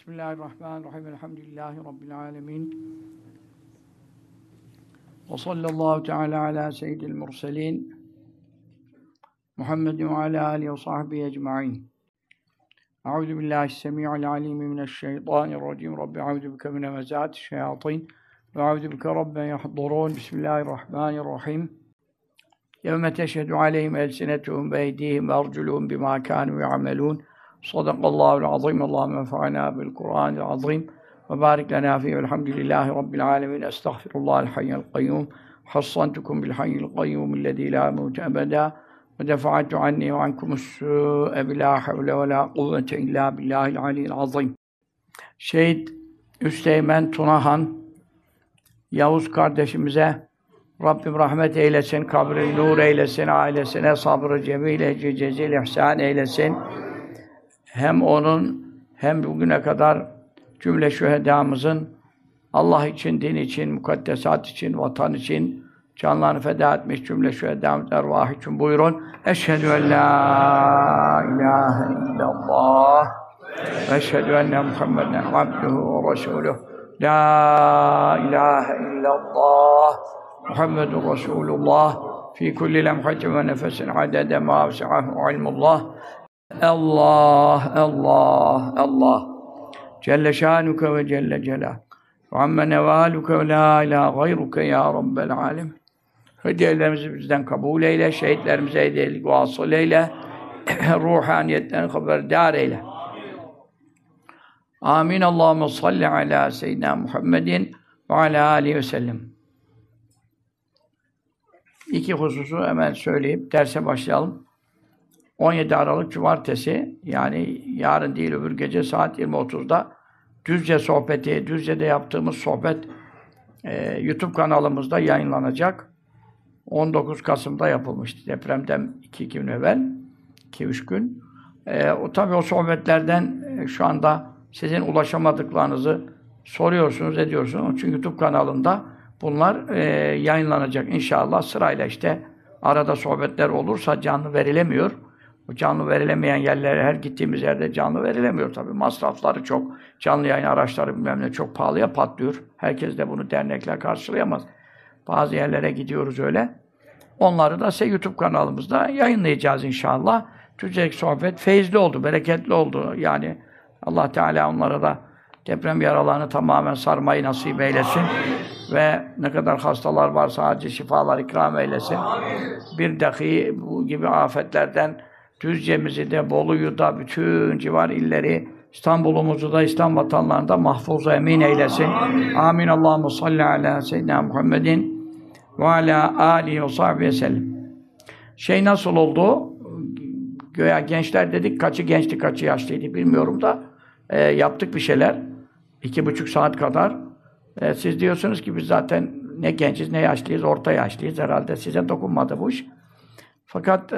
Bismillahirrahmanirrahim. Elhamdülillahi Rabbil alemin. Ve sallallahu teala ala seyyidil murselin. Muhammedin ve ala alihi ve sahbihi ecma'in. Euzu billahi semi'il alim mineşşeytanirracim. Rabbi euzu bike min hemezati'ş-şeyatin ve euzu bike rabben yahdurun. Bismillahirrahmanirrahim. Yevme teşhedü aleyhim elsinetuhum ve eydihim ve arculuhum bima kânû ya'melûn. Sadakallahul azim. Allahümme enfa'na bil Kur'anil azim ve barik lena fihi. Elhamdülillahi rabbil alamin. Estağfirullahal hayyul kayyum. Hassantukum bil hayyul kayyum ellezî lâ mevte ebedâ ve defa'tu anni ve ankumus-sû'e bilâ havle ve lâ kuvvete illâ billâhil aliyyil azim. Şehit Üsteğmen Tunahan Yavuz kardeşimize Rabbim rahmet eylesin, kabri nur eylesin, ailesine sabrı cemil, ecri cezil ihsan eylesin. Hem onun hem bugüne kadar cümle şühedâmızın Allah için, din için, mukaddesat için, vatan için canlarını feda etmiş cümle şühedâmız ervâh için buyurun. Eşhedü en lâ ilâhe illallah ve eşhedü enne Muhammeden abduhu ve resûluh. Lâ ilâhe illallah Muhammedun Resulullah fi kulli lemhatin ve nefesin adede mâ vesi'ahu ilmullah. Allah, Allah, Allah. Celle şânuke ve celle celâh. Ve amme nevâluke ve lâ ilâ gayruke ya Rabbel âlem. Hediyelerimizi bizden kabul eyle, şehitlerimize hediyelik vasıl eyle, ruhaniyetten haberdar eyle. Amin. Allahümme salli alâ seyyidina Muhammedin ve alâ âlihi ve sellem. İki hususu hemen söyleyip derse başlayalım. 17 Aralık Cumartesi, yani yarın değil öbür gece saat 20.30'da Düzce sohbeti, Düzce'de yaptığımız sohbet YouTube kanalımızda yayınlanacak. 19 Kasım'da yapılmıştı. Depremden 2 gün evvel, 2-3 gün. Tabii o sohbetlerden şu anda sizin ulaşamadıklarınızı soruyorsunuz, ediyorsunuz. Onun için YouTube kanalında bunlar yayınlanacak inşallah. Sırayla işte arada sohbetler olursa canlı verilemiyor. Bu canlı verilemeyen yerlere, her gittiğimiz yerde canlı verilemiyor tabii. Masrafları çok, canlı yayın araçları bilmem ne çok pahalıya patlıyor. Herkes de bunu dernekler karşılayamaz. Bazı yerlere gidiyoruz öyle. Onları da YouTube kanalımızda yayınlayacağız inşallah. Türkçelik sohbet feyizli oldu, bereketli oldu. Yani Allah Teala onlara da deprem yaralarını tamamen sarmayı nasip eylesin. Ve ne kadar hastalar varsa acil şifalar ikram eylesin. Bir dahi bu gibi afetlerden Düzce'mizi de, Bolu'yu da, bütün civar illeri, İstanbul'umuzu da, İslam vatanlarında mahfuz emin eylesin. Amin. Allahümme salli ala seyyidina Muhammedin ve ala alihi ve sahbihi sellem. Nasıl oldu? Göya gençler dedik, kaçı gençti, kaçı yaşlıydı bilmiyorum da yaptık bir şeyler. 2,5 saat kadar. Siz diyorsunuz ki biz zaten ne gençiz, ne yaşlıyız, orta yaşlıyız. Herhalde size dokunmadı bu iş. Fakat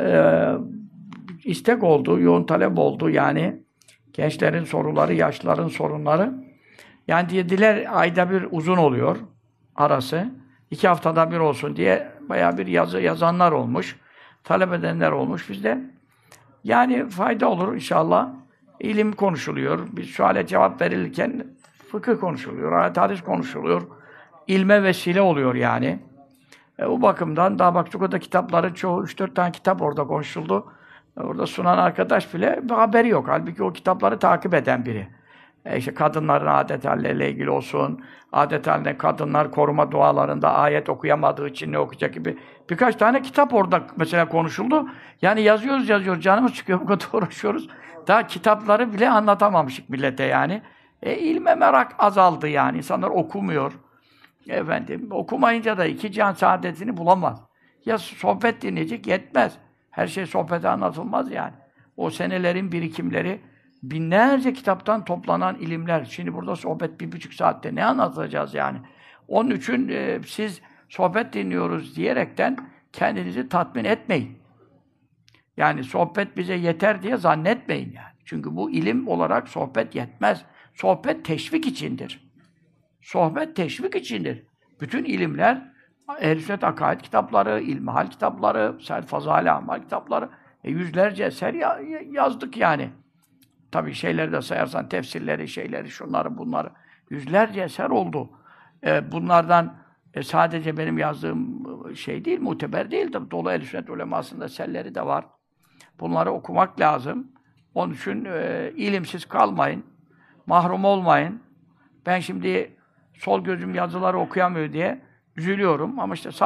istek oldu, yoğun talep oldu. Yani gençlerin soruları, yaşlıların sorunları. Yani dediler ayda bir uzun oluyor arası. 2 haftada bir olsun diye bayağı bir yazı yazanlar olmuş. Talep edenler olmuş bizde. Yani fayda olur inşallah. İlim konuşuluyor. Bir suale cevap verilirken fıkıh konuşuluyor, ayet hadis konuşuluyor. İlme vesile oluyor yani. O bakımdan daha bak o da kitapların çoğu 3-4 tane kitap orada konuşuldu. Orada sunan arkadaş bile bir haberi yok. Halbuki o kitapları takip eden biri. İşte kadınların adet halleriyle ilgili olsun, adet halinde kadınlar koruma dualarında ayet okuyamadığı için ne okuyacak gibi birkaç tane kitap orada mesela konuşuldu. Yani yazıyoruz, canımız çıkıyor, bu kadar uğraşıyoruz. Daha kitapları bile anlatamamışık millete yani. İlme merak azaldı yani. İnsanlar okumuyor. Okumayınca da 2 cihan saadetini bulamaz. Ya sohbet dinleyecek yetmez. Her şey sohbete anlatılmaz yani. O senelerin birikimleri, binlerce kitaptan toplanan ilimler. Şimdi burada sohbet 1,5 saatte ne anlatacağız yani? Onun için siz sohbet dinliyoruz diyerekten kendinizi tatmin etmeyin. Yani sohbet bize yeter diye zannetmeyin yani. Çünkü bu ilim olarak sohbet yetmez. Sohbet teşvik içindir. Sohbet teşvik içindir. Bütün ilimler, Ehl-i Sünnet akaid kitapları, ilmihal kitapları, Fazâil-i Amal kitapları, yüzlerce eser yazdık yani. Tabii şeyleri de sayarsan, tefsirleri, şeyleri, şunları, bunları. Yüzlerce eser oldu. Bunlardan sadece benim yazdığım şey değil, muteber değil. Tabii dolu Ehl-i Sünnet ulemasında eserleri de var. Bunları okumak lazım. Onun için ilimsiz kalmayın. Mahrum olmayın. Ben şimdi sol gözüm yazıları okuyamıyor diye üzülüyorum. Ama işte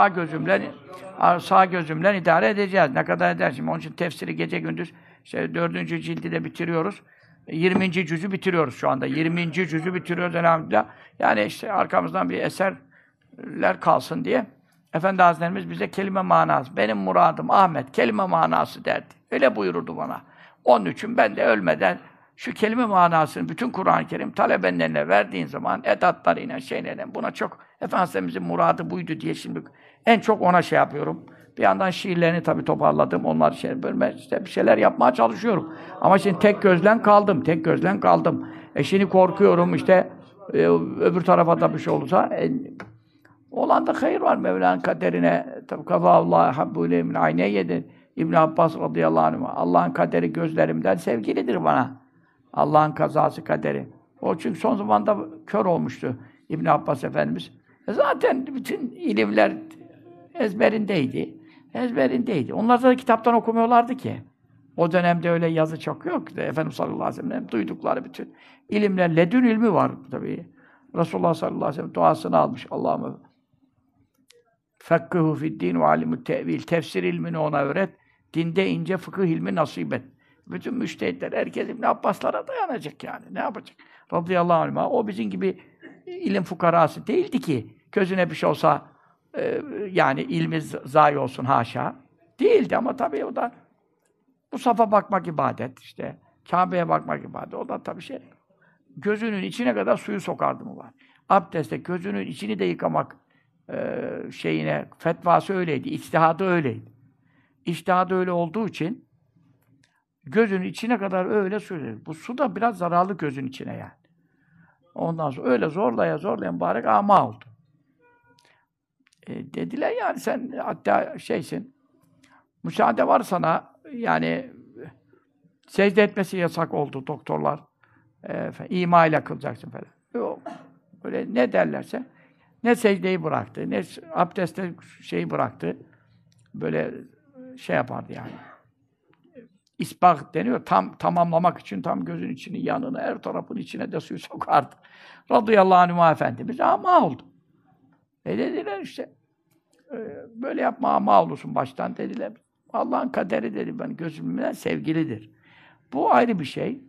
sağ gözümle idare edeceğiz. Ne kadar eder şimdi? Onun için tefsiri gece gündüz işte 4. cildi de bitiriyoruz. 20. cüzü bitiriyoruz şu anda. 20. cüzü bitiriyoruz elhamdülillah. Yani işte arkamızdan bir eserler kalsın diye Efendi Hazretlerimiz bize kelime manası, benim muradım Ahmet, kelime manası derdi. Öyle buyururdu bana. Onun için ben de ölmeden şu kelime manasını bütün Kur'an-ı Kerim talebenin eline verdiğin zaman edatlarıyla, şeylerle buna çok Efendimiz'in muradı buydu diye şimdi en çok ona şey yapıyorum. Bir yandan şiirlerini tabii toparladım. Onlar bölme işte bir şeyler yapmaya çalışıyorum. Ama şimdi tek gözlen kaldım. Tek gözlen kaldım. Şimdi korkuyorum işte öbür tarafa da bir şey olursa olan da hayır var Mevla'nın kaderine. Tabii kazâallâhu habbu ileyhi min ayneyye İbn Abbas radıyallahu anh. Allah'ın kaderi gözlerimden sevgilidir bana. Allah'ın kazası kaderi. O çünkü son zamanda kör olmuştu İbn Abbas Efendimiz. Zaten bütün ilimler ezberindeydi. Ezberindeydi. Onlar da kitaptan okumuyorlardı ki. O dönemde öyle yazı çok yok. Efendimiz sallallahu aleyhi ve sellem duydukları bütün ilimler, ledün ilmi var tabii. Resulullah sallallahu aleyhi ve sellem duasını almış. Allah'ım fekkihu fi'd-din ve alimut tevil. Tefsir ilmini ona öğret. Dinde ince fıkıh ilmi nasip et. Bütün müştehitler, herkes İbn Abbas'lara dayanacak yani. Ne yapacak? Radıyallahu anh. O bizim gibi ilim fukarası değildi ki. Gözüne bir şey olsa yani ilmi zayi olsun haşa. Değildi ama tabii o da bu safa bakmak ibadet işte. Kabe'ye bakmak ibadet. O da tabii şey. Gözünün içine kadar suyu sokardı mı var. Abdestte gözünün içini de yıkamak şeyine fetvası öyleydi. İçtihadı öyleydi. İçtihadı öyle olduğu için gözünün içine kadar öyle su. Bu su da biraz zararlı gözün içine yani. Ondan sonra öyle zorlaya mübarek ama oldu. Dediler yani sen hatta şeysin, müsaade var sana yani secde etmesi yasak oldu doktorlar. İma ile kılacaksın falan. Yok. Öyle ne derlerse ne secdeyi bıraktı, ne abdestte şeyi bıraktı. Böyle şey yapardı yani. İsbah deniyor. Tamamlamak için tam gözün içini, yanına, her tarafın içine de suyu sokardı. Radıyallahu anh Efendimiz ama oldu. Dediler işte. Böyle yapma ama olursun baştan dediler. Allah'ın kaderi dedi ben gözümden sevgilidir. Bu ayrı bir şey.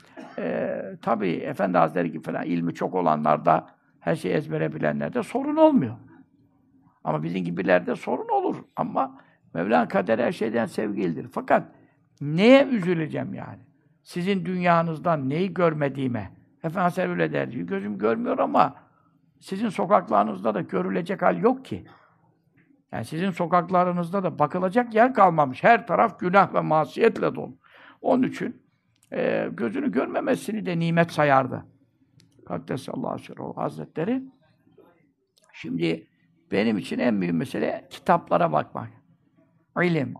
Tabii Efendi Hazretleri gibi falan ilmi çok olanlarda her şeyi ezbere bilenlerde sorun olmuyor. Ama bizim gibilerde sorun olur. Ama Mevla'nın kaderi her şeyden sevgilidir. Fakat neye üzüleceğim yani? Sizin dünyanızdan neyi görmediğime. Efendimiz öyle derdi. Gözüm görmüyor ama sizin sokaklarınızda da görülecek hal yok ki. Yani sizin sokaklarınızda da bakılacak yer kalmamış. Her taraf günah ve masiyetle dolu. Onun için gözünü görmemesini de nimet sayardı. Kaddesallahu aleyhi Hazretleri. Şimdi benim için en büyük mesele kitaplara bakmak. İlim.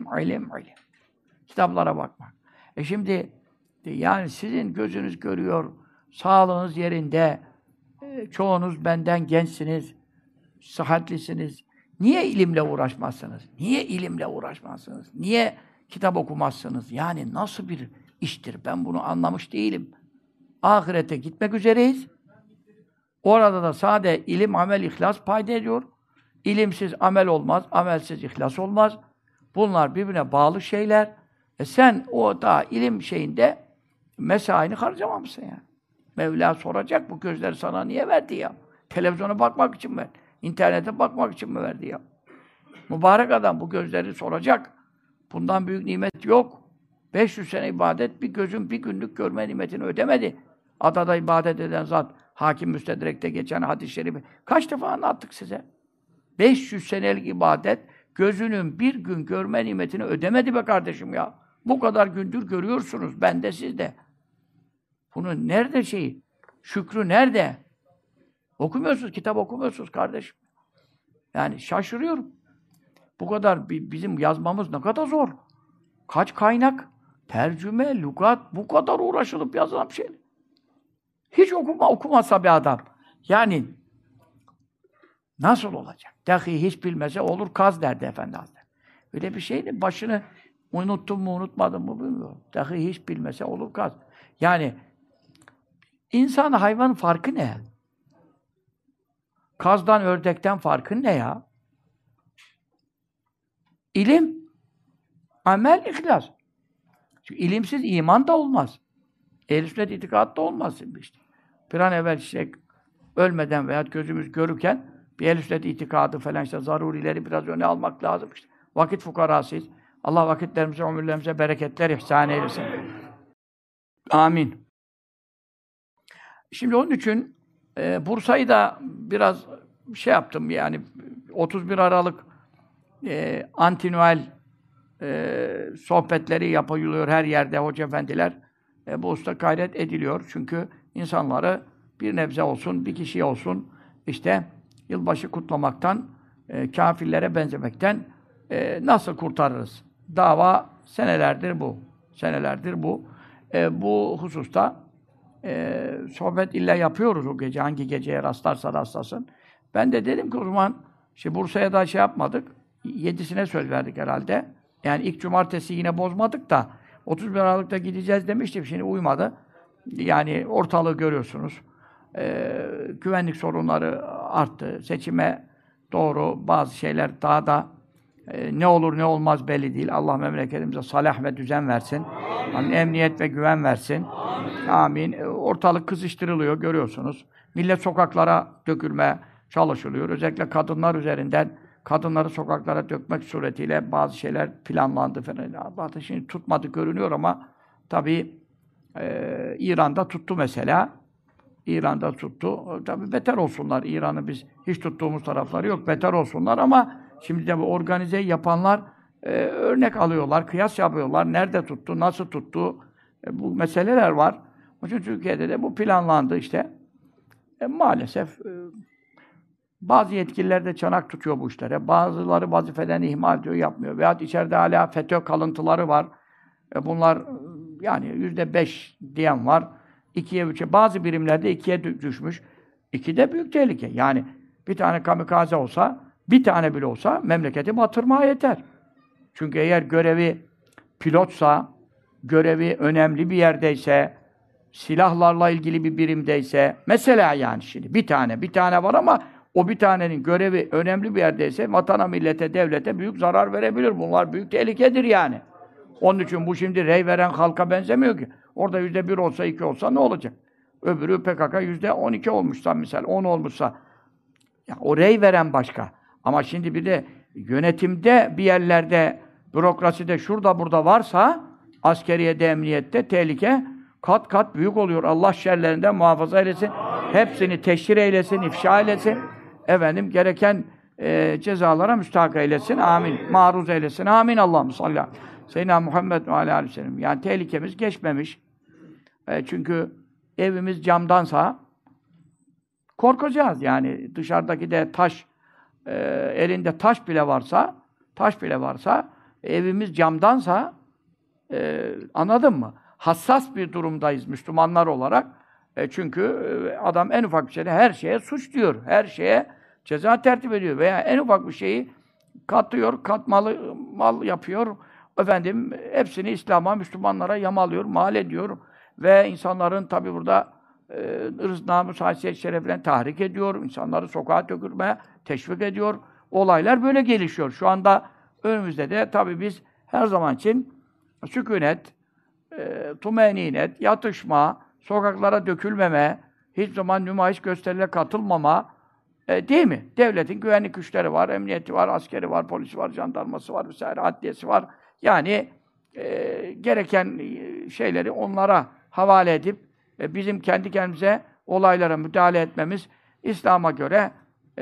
Kitaplara bakmak. Şimdi yani sizin gözünüz görüyor, sağlığınız yerinde, çoğunuz benden gençsiniz, sıhhatlisiniz. Niye ilimle uğraşmazsınız? Niye ilimle uğraşmazsınız? Niye kitap okumazsınız? Yani nasıl bir iştir? Ben bunu anlamış değilim. Ahirete gitmek üzereyiz. Orada da sade ilim, amel, ihlas payda ediyor. İlimsiz amel olmaz, amelsiz ihlas olmaz. Bunlar birbirine bağlı şeyler. Sen o da ilim şeyinde mesaini harcamamışsın yani. Mevla soracak, bu gözleri sana niye verdi ya? Televizyona bakmak için mi? İnternete bakmak için mi verdi ya? Mübarek adam bu gözleri soracak. Bundan büyük nimet yok. 500 sene ibadet, bir gözün bir günlük görme nimetini ödemedi. Adada ibadet eden zat, Hakim Müstedrek'te geçen hadis-i şerifi kaç defa anlattık size? 500 senelik ibadet, gözünün bir gün görme nimetini ödemedi be kardeşim ya. Bu kadar gündür görüyorsunuz, ben de siz de. Bunun nerede şeyi? Şükrü nerede? Okumuyorsunuz, kitap okumuyorsunuz kardeşim. Yani şaşırıyorum. Bu kadar bizim yazmamız ne kadar zor. Kaç kaynak? Tercüme, lügat, bu kadar uğraşılıp yazılan bir şey. Hiç okumasa bir adam. Yani nasıl olacak? Dahi hiç bilmese olur kaz derdi Efendi Hazretleri. Öyle bir şeydi. Başını unuttum mu unutmadım mı bilmiyorum. Dahi hiç bilmese olur kaz. Yani insan hayvanın farkı ne? Kazdan ördekten farkı ne ya? İlim, amel, ihlas. Çünkü ilimsiz iman da olmaz. Ehl-i sünnet itikadı da olmaz işte. Bir an evvel işte ölmeden veya gözümüz görürken bir ehl-i sünnet itikadı falan işte zarurileri biraz öne almak lazım işte. Vakit fukarasıyız. Allah vakitlerimize, ömürlerimize bereketler ihsan eylesin. Amin. Şimdi onun için Bursa'yı da biraz şey yaptım yani 31 Aralık Anti-Noel sohbetleri yapılıyor her yerde hoca efendiler. Bu usta gayret ediliyor. Çünkü insanları bir nebze olsun, bir kişiye olsun işte yılbaşı kutlamaktan, kâfirlere benzemekten nasıl kurtarırız? Dava senelerdir bu. Senelerdir bu. Bu hususta sohbet illa yapıyoruz o gece. Hangi geceye rastlarsa rastlasın. Ben de dedim ki o zaman işte Bursa'ya da şey yapmadık. 7'sine söz verdik herhalde. Yani ilk cumartesi yine bozmadık da 31 Aralık'ta gideceğiz demiştim. Şimdi uymadı. Yani ortalığı görüyorsunuz. Güvenlik sorunları arttı. Seçime doğru bazı şeyler daha da ne olur ne olmaz belli değil. Allah memleketimize salah ve düzen versin. Amin. Emniyet ve güven versin. Amin. Ortalık kızıştırılıyor görüyorsunuz. Millet sokaklara dökülmeye çalışılıyor. Özellikle kadınlar üzerinden kadınları sokaklara dökmek suretiyle bazı şeyler planlandı falan. Allah da şimdi tutmadı görünüyor ama tabii İran'da tuttu mesela. İran'da tuttu. Tabii beter olsunlar. İran'ı biz hiç tuttuğumuz tarafları yok. Beter olsunlar ama şimdi de bu organizeyi yapanlar örnek alıyorlar, kıyas yapıyorlar. Nerede tuttu, nasıl tuttu? Bu meseleler var. Onun için Türkiye'de de bu planlandı işte. Maalesef bazı yetkililer de çanak tutuyor bu işlere. Bazıları vazifeden ihmal ediyor, yapmıyor. Veyahut içeride hala FETÖ kalıntıları var. Bunlar yani %5 diyen var. 2'ye 3'e. Bazı birimlerde 2'ye düşmüş. 2 de büyük tehlike. Yani bir tane kamikaze olsa, bir tane bile olsa memleketi batırmaya yeter. Çünkü eğer görevi pilotsa, görevi önemli bir yerdeyse, silahlarla ilgili bir birimdeyse, mesela yani şimdi bir tane var ama o bir tanenin görevi önemli bir yerdeyse vatana, millete, devlete büyük zarar verebilir. Bunlar büyük tehlikedir yani. Onun için bu şimdi rey veren halka benzemiyor ki. Orada %1 olsa, 2 olsa ne olacak? Öbürü PKK %12 olmuşsa misal, 10 olmuşsa. Ya o rey veren başka. Ama şimdi bir de yönetimde bir yerlerde, bürokraside şurada burada varsa askeriyede, emniyette tehlike kat kat büyük oluyor. Allah şerlerinden muhafaza eylesin. Hepsini teşhir eylesin, ifşa eylesin. Efendim gereken cezalara müstahak eylesin. Amin. Maruz eylesin. Amin. Allah'ım salli aleyhi. Seyyidina Muhammed ve aleyhi ve sellem. Yani tehlikemiz geçmemiş. Çünkü evimiz camdansa korkacağız. Yani dışarıdaki de taş, elinde taş bile varsa, evimiz camdansa, anladın mı? Hassas bir durumdayız Müslümanlar olarak. Çünkü adam en ufak bir şeyde her şeye suç diyor. Her şeye ceza tertip ediyor. Veya en ufak bir şeyi katıyor, katmalı mal yapıyor. Efendim, hepsini İslam'a, Müslümanlara yamalıyor, mal ediyor. Ve insanların tabi burada ırz, namus, haysiyet, şereflerini tahrik ediyor. İnsanları sokağa dökülmeye teşvik ediyor. Olaylar böyle gelişiyor. Şu anda önümüzde de tabi biz her zaman için sükûnet, tumeninet, yatışma, sokaklara dökülmeme, hiçbir zaman nümayiş gösterilere katılmama, değil mi? Devletin güvenlik güçleri var, emniyeti var, askeri var, polisi var, jandarması var vesaire, adliyesi var. Yani gereken şeyleri onlara havale edip bizim kendi kendimize olaylara müdahale etmemiz İslam'a göre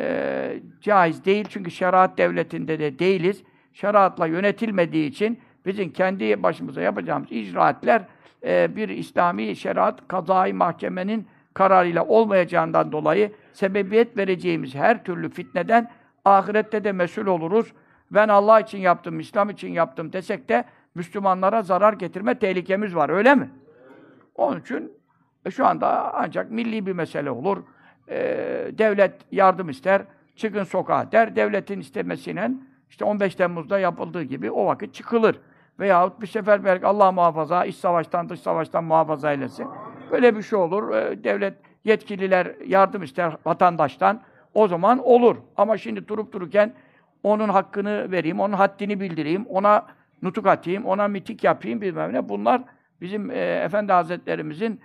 caiz değil. Çünkü şeriat devletinde de değiliz. Şeriatla yönetilmediği için bizim kendi başımıza yapacağımız icraatler bir İslami şeriat kazayı mahkemenin kararıyla olmayacağından dolayı sebebiyet vereceğimiz her türlü fitneden ahirette de mesul oluruz. Ben Allah için yaptım, İslam için yaptım desek de Müslümanlara zarar getirme tehlikemiz var, öyle mi? Onun için şu anda ancak milli bir mesele olur. Devlet yardım ister, çıkın sokağa der. Devletin istemesiyle işte 15 Temmuz'da yapıldığı gibi o vakit çıkılır. Veyahut bir sefer belki Allah muhafaza, iç savaştan, dış savaştan muhafaza eylesin. Böyle bir şey olur. Devlet yetkililer yardım ister vatandaştan. O zaman olur. Ama şimdi durup dururken onun hakkını vereyim, onun haddini bildireyim, ona nutuk atayım, ona mitik yapayım bilmem ne. Bunlar bizim Efendi Hazretlerimizin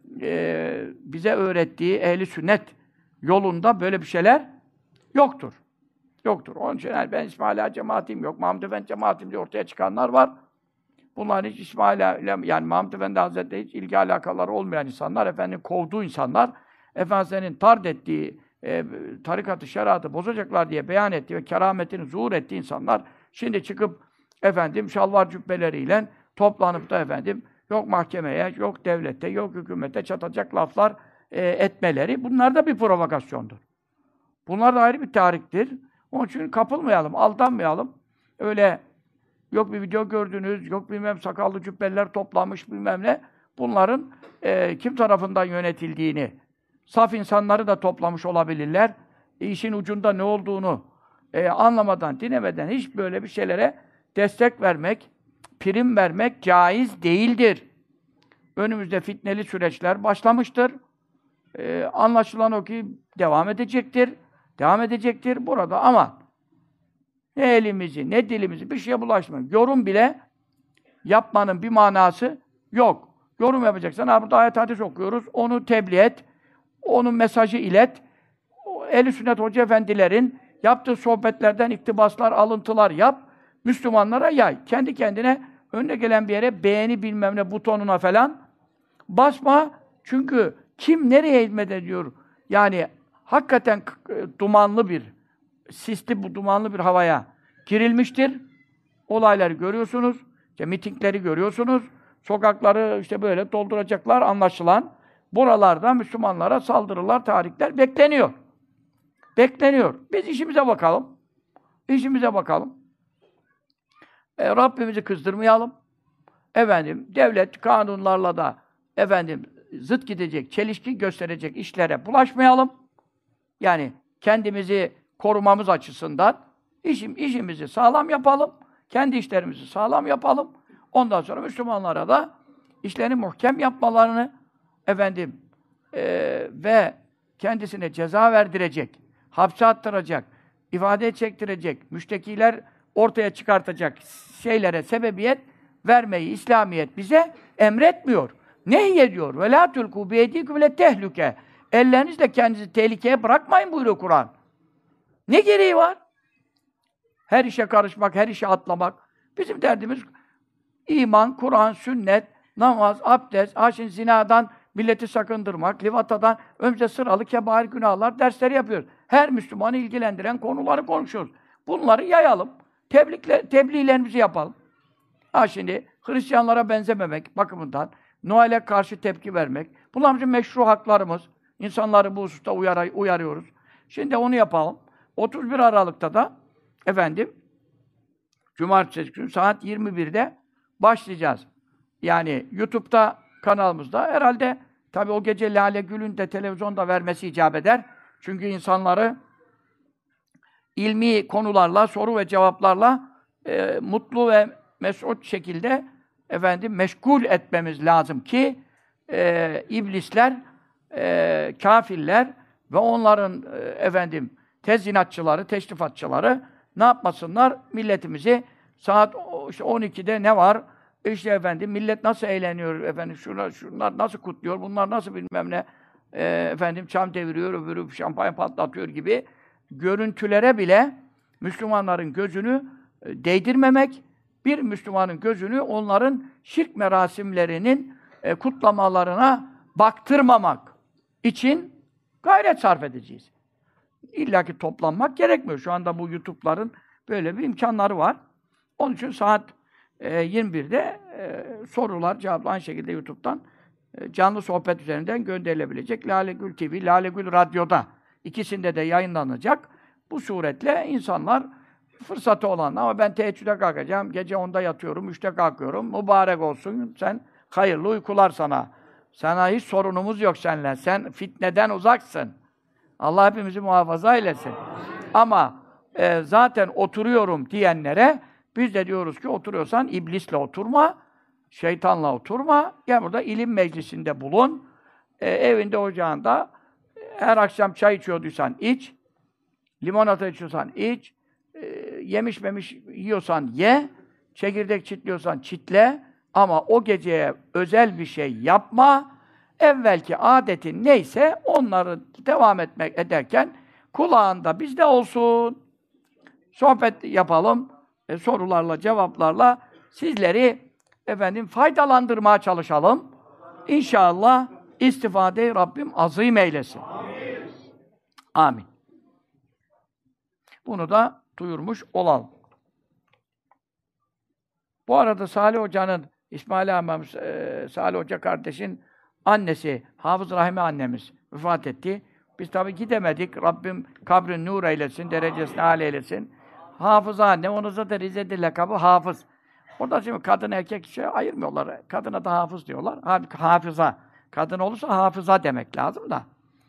bize öğrettiği ehli sünnet yolunda böyle bir şeyler yoktur. Yoktur. Onun için yani ben İsmaila cemaatim yok, Mahmud Efendi cemaatim diye ortaya çıkanlar var. Bunlar hiç İsmaila ile, yani Mahmud Efendi Hazretleri hiç ilgi alakaları olmayan insanlar, Efendinin kovduğu insanlar, Efendinin tard ettiği, tarikatı, şeriatı bozacaklar diye beyan ettiği ve kerametini zuhur ettiği insanlar, şimdi çıkıp efendim şalvar cübbeleriyle toplanıp da efendim yok mahkemeye, yok devlete, yok hükümete çatacak laflar etmeleri, bunlar da bir provokasyondur. Bunlar da ayrı bir tariktir. Onun için kapılmayalım, aldanmayalım. Öyle yok bir video gördünüz, yok bilmem sakallı cübbeler toplamış bilmem ne. Bunların kim tarafından yönetildiğini, saf insanları da toplamış olabilirler. İşin ucunda ne olduğunu anlamadan, dinlemeden hiç böyle bir şeylere destek vermek, prim vermek caiz değildir. Önümüzde fitneli süreçler başlamıştır. Anlaşılan o ki devam edecektir. Devam edecektir burada ama ne elimizi, ne dilimizi bir şeye bulaşmayın. Yorum bile yapmanın bir manası yok. Yorum yapacaksan, burada ayet hadis okuyoruz, onu tebliğ et, onun mesajı ilet. Ehl-i Sünnet Hoca Efendilerin yaptığı sohbetlerden iktibaslar, alıntılar yap, Müslümanlara yay. Kendi kendine önüne gelen bir yere beğeni bilmem ne butonuna falan basma. Çünkü kim nereye hizmet ediyor? Yani hakikaten dumanlı bir, sisli bu dumanlı bir havaya girilmiştir. Olayları görüyorsunuz. İşte mitingleri görüyorsunuz. Sokakları işte böyle dolduracaklar anlaşılan. Buralarda Müslümanlara saldırılar, tahrikler bekleniyor. Bekleniyor. Biz işimize bakalım. İşimize bakalım. Rabbimizi kızdırmayalım. Efendim, devlet kanunlarla da efendim zıt gidecek, çelişki gösterecek işlere bulaşmayalım. Yani kendimizi korumamız açısından işimizi sağlam yapalım. Kendi işlerimizi sağlam yapalım. Ondan sonra Müslümanlara da işlerini muhkem yapmalarını efendim ve kendisine ceza verdirecek, hapse attıracak, ifade çektirecek, müştekiler ortaya çıkartacak şeylere sebebiyet vermeyi İslamiyet bize emretmiyor. Nehyediyor. Ve la tulku bi eydikum ile tehlike. Ellerinizle kendinizi tehlikeye bırakmayın buyuruyor Kur'an. Ne gereği var? Her işe karışmak, her işe atlamak. Bizim derdimiz iman, Kur'an, sünnet, namaz, abdest, haşin zinadan milleti sakındırmak, livatadan önce sıralı kebair günahlar dersleri yapıyoruz. Her Müslümanı ilgilendiren konuları konuşuyoruz. Bunları yayalım. Tebliğlerimizi yapalım. Şimdi Hristiyanlara benzememek bakımından, Noel'e karşı tepki vermek, bunlar bizim meşru haklarımız. İnsanları bu hususta uyarıyoruz. Şimdi onu yapalım. 31 Aralık'ta da efendim Cumartesi günü saat 21'de başlayacağız. Yani YouTube'da kanalımızda herhalde tabii o gece Lale Gül'ün de televizyonda vermesi icap eder. Çünkü insanları ilmi konularla, soru ve cevaplarla mutlu ve mesut şekilde efendim meşgul etmemiz lazım ki iblisler, kâfirler ve onların efendim tezyinatçıları, teşrifatçıları ne yapmasınlar? Milletimizi saat işte 12'de ne var? İşte efendim millet nasıl eğleniyor efendim, şunlar nasıl kutluyor, bunlar nasıl bilmem ne efendim çam deviriyor, öbürü şampanya patlatıyor gibi görüntülere bile Müslümanların gözünü değdirmemek, bir Müslümanın gözünü onların şirk merasimlerinin kutlamalarına baktırmamak için gayret sarf edeceğiz. İlla ki toplanmak gerekmiyor. Şu anda bu YouTube'ların böyle bir imkanları var. Onun için saat 21'de sorular, cevaplar aynı şekilde YouTube'dan canlı sohbet üzerinden gönderilebilecek. Lale Gül TV, Lale Gül Radyo'da ikisinde de yayınlanacak. Bu suretle insanlar fırsatı olan ama ben teheccüde kalkacağım, gece 10'da yatıyorum, 3'te kalkıyorum, mübarek olsun, sen hayırlı uykular sana. Sana hiç sorunumuz yok seninle, sen fitneden uzaksın. Allah hepimizi muhafaza eylesin. Ama zaten oturuyorum diyenlere biz de diyoruz ki oturuyorsan iblisle oturma, şeytanla oturma, gel burada ilim meclisinde bulun, evinde ocağında her akşam çay içiyorduysan iç, limonata içiyorsan iç, yemiş memiş yiyorsan ye, çekirdek çitliyorsan çitle ama o geceye özel bir şey yapma. Evvelki adetin neyse onları devam ederken kulağında bizde olsun. Sohbet yapalım, sorularla, cevaplarla sizleri faydalandırmaya çalışalım. İnşallah istifadeyi Rabbim azim eylesin. Amin. Amin. Bunu da duyurmuş olalım. Bu arada Salih Hoca'nın, İsmail Ahmet Salih Hoca kardeşin annesi, Hafız Rahime annemiz vefat etti. Biz tabii gidemedik. Rabbim kabrin nur eylesin, derecesini âli eylesin. Hafız anne, onun zaten Rize'de lakabı Hafız. Orada şimdi kadın erkek şey ayırmıyorlar. Kadına da hafız diyorlar. Halbuki hafıza. Kadın olursa hafıza demek lazım da.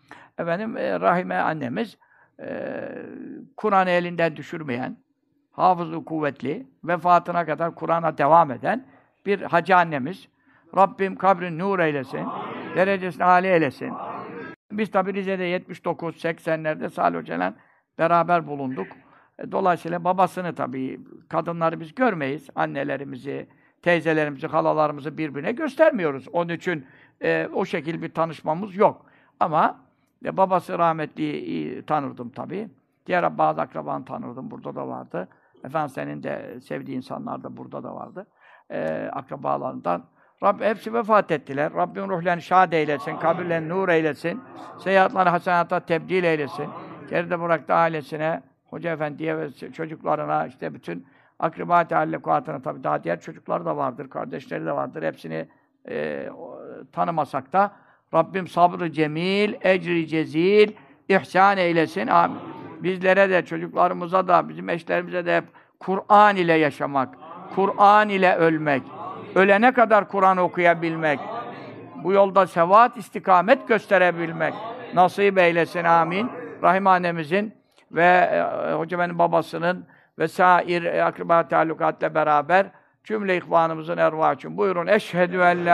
Rahime annemiz Kur'an'ı elinden düşürmeyen, hafızı kuvvetli, vefatına kadar Kur'an'a devam eden bir hacı annemiz. Rabbim kabrin nur eylesin, derecesini âli eylesin. Biz tabi Rize'de 79-80'lerde Salih Hoca'yla beraber bulunduk. Dolayısıyla babasını tabii, kadınları biz görmeyiz. Annelerimizi, teyzelerimizi, halalarımızı birbirine göstermiyoruz. Onun için o şekilde bir tanışmamız yok. Ama babası rahmetli tanırdım tabii. Diğer bazı akrabanı tanırdım, burada da vardı. Senin de sevdiği insanlar da burada da vardı. Akrabalarından. Hepsi vefat ettiler. Rabbim ruhlarını şad eylesin, kabirlerini nur eylesin, seyahatlerini hasenata tebdil eylesin. Geride bıraktı ailesine, Hoca Efendi'ye ve çocuklarına, işte bütün akraba-i teallukatına, tabii daha diğer çocukları da vardır, kardeşleri de vardır. Hepsini tanımasak da Rabbim sabrı cemil, ecri cezil, ihsan eylesin. Amin. Bizlere de, çocuklarımıza da, bizim eşlerimize de hep Kur'an ile yaşamak, Kur'an ile ölmek, ölene kadar Kur'an okuyabilmek, bu yolda sevat, istikamet gösterebilmek nasip eylesin. Amin. Rahim annemizin ve Hoca Efendi'nin babasının ve sair akraba taallukatla beraber cümle ihvanımızın ervahı için buyurun. Eşhedü en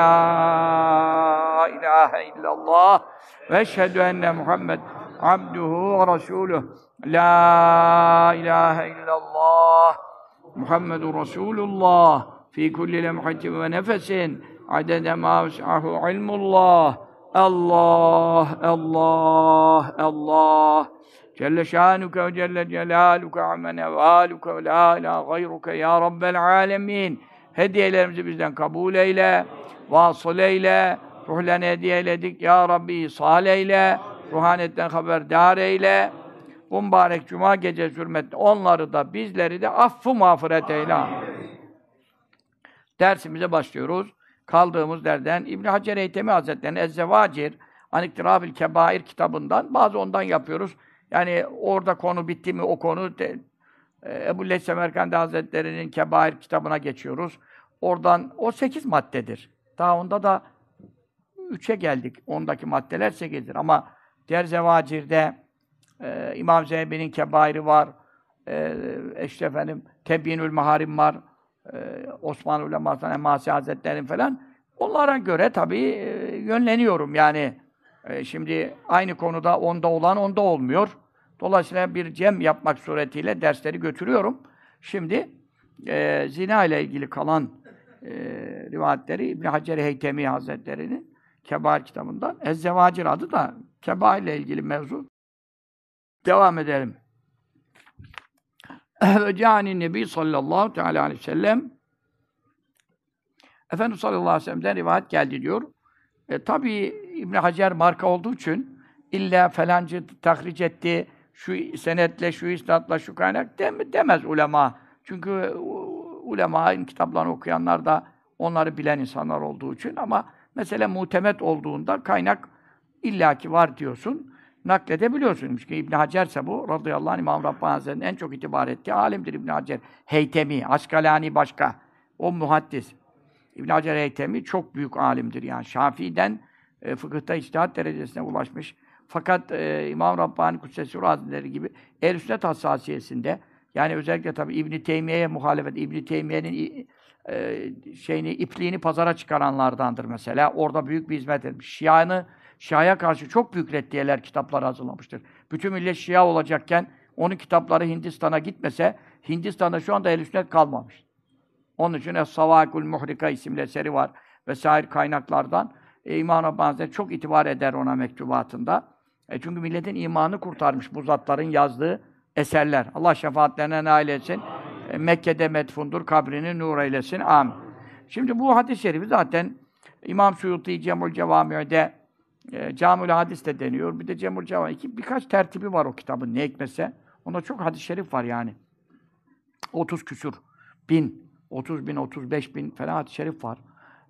la ilahe illallah ve eşhedü enne Muhammed abduhu ve resuluh. La ilahe illallah Muhammedun Resulullah fi kulli lemhatin ve nefesin adede ma vesi'ahu ilmullah. Allah, Allah, Allah. Celle şânuke ve celle celâluke amme nevâluke ve lâ ilâ gayruke ya Rabbel âlemîn. Hediyelerimizi bizden kabul eyle, vasıl eyle, ruhlarını hediye eyledik ya Rabbi ihsal eyle, ruhaniyetten haberdar eyle. Bu mübarek cuma gecesi hürmetine onları da bizleri de affı mağfiret eyle. Dersimize başlıyoruz. Kaldığımız derden İbn Hacer Heytemi Hazretleri'nin Ez-Zevacir Aniktirabil Kebair kitabından bazı ondan yapıyoruz. Yani orada konu bitti mi o konu Ebu Leys Semerkandi Hazretleri'nin Kebair kitabına geçiyoruz. Oradan o 8 maddedir. Daha onda da 3'e geldik. Ondaki maddeler 8'dir. Ama diğer Zevacir'de İmam Zeynep'in Kebair'i var. Tebyinül Maharim var. Osmanlı Uleması'nın Emasi Hazretleri'nin falan. Onlara göre tabii yönleniyorum. Yani şimdi aynı konuda onda olan onda olmuyor. Dolayısıyla bir cem yapmak suretiyle dersleri götürüyorum. Şimdi zina ile ilgili kalan rivayetleri İbn Hacer Heytemi Hazretleri'nin Kebair kitabından Ez-Zevacir adı da Kebair ile ilgili mevzu. Devam edelim. Ve câni Nebi sallallahu teâlâ aleyhi ve sellem Efendimiz sallallahu aleyhi ve sellem'den rivayet geldi diyor. Tabii İbn Hacer marka olduğu için illa falancı tahric etti, şu senetle, şu isnatla, şu kaynak demez ulema. Çünkü ulemanın kitaplarını okuyanlar da onları bilen insanlar olduğu için ama mesele mutemet olduğunda kaynak illaki var diyorsun. nakledebiliyorsun. Çünkü İbn Hacer'se bu radıyallahu anh İmam Rabbani Hazretleri'nin en çok itibar ettiği alimdir İbn Hacer. Heytemi, Askalani başka. O muhaddis. İbn Hacer Heytemi çok büyük alimdir yani. Şafii'den fıkıhta içtihat derecesine ulaşmış. Fakat İmam Rabbani Kudsesi Hazretleri gibi Ehl-i Sünnet hassasiyesinde yani özellikle tabii İbn Teymiye'ye muhalefet, İbn Teymiye'nin ipliğini pazara çıkaranlardandır mesela. Orada büyük bir hizmet etmiş. Şia'ya karşı çok büyük reddiyeler, kitaplar hazırlamıştır. Bütün millet Şia olacakken onun kitapları Hindistan'a gitmese, Hindistan'da şu anda Ehl-i Sünnet kalmamış. Onun için Es-Savâikul Muhrika isimli eseri var vesaire kaynaklardan. İmam Rabbani Hazretleri çok itibar eder ona mektubatında. Çünkü milletin imanını kurtarmış bu zatların yazdığı eserler. Allah şefaatlerine nail etsin. Mekke'de medfundur, kabrini nur eylesin. Amin. Şimdi bu hadis-i şerifi zaten İmam Suyuti Cem'ül Cevami'de Camül Hadis de deniyor. Bir de Cem'ül Cevami. Birkaç tertibi var o kitabın ne hikmetse. Onda çok hadis-i şerif var yani. 30 küsur bin, 30 bin, 35 bin falan hadis-i şerif var.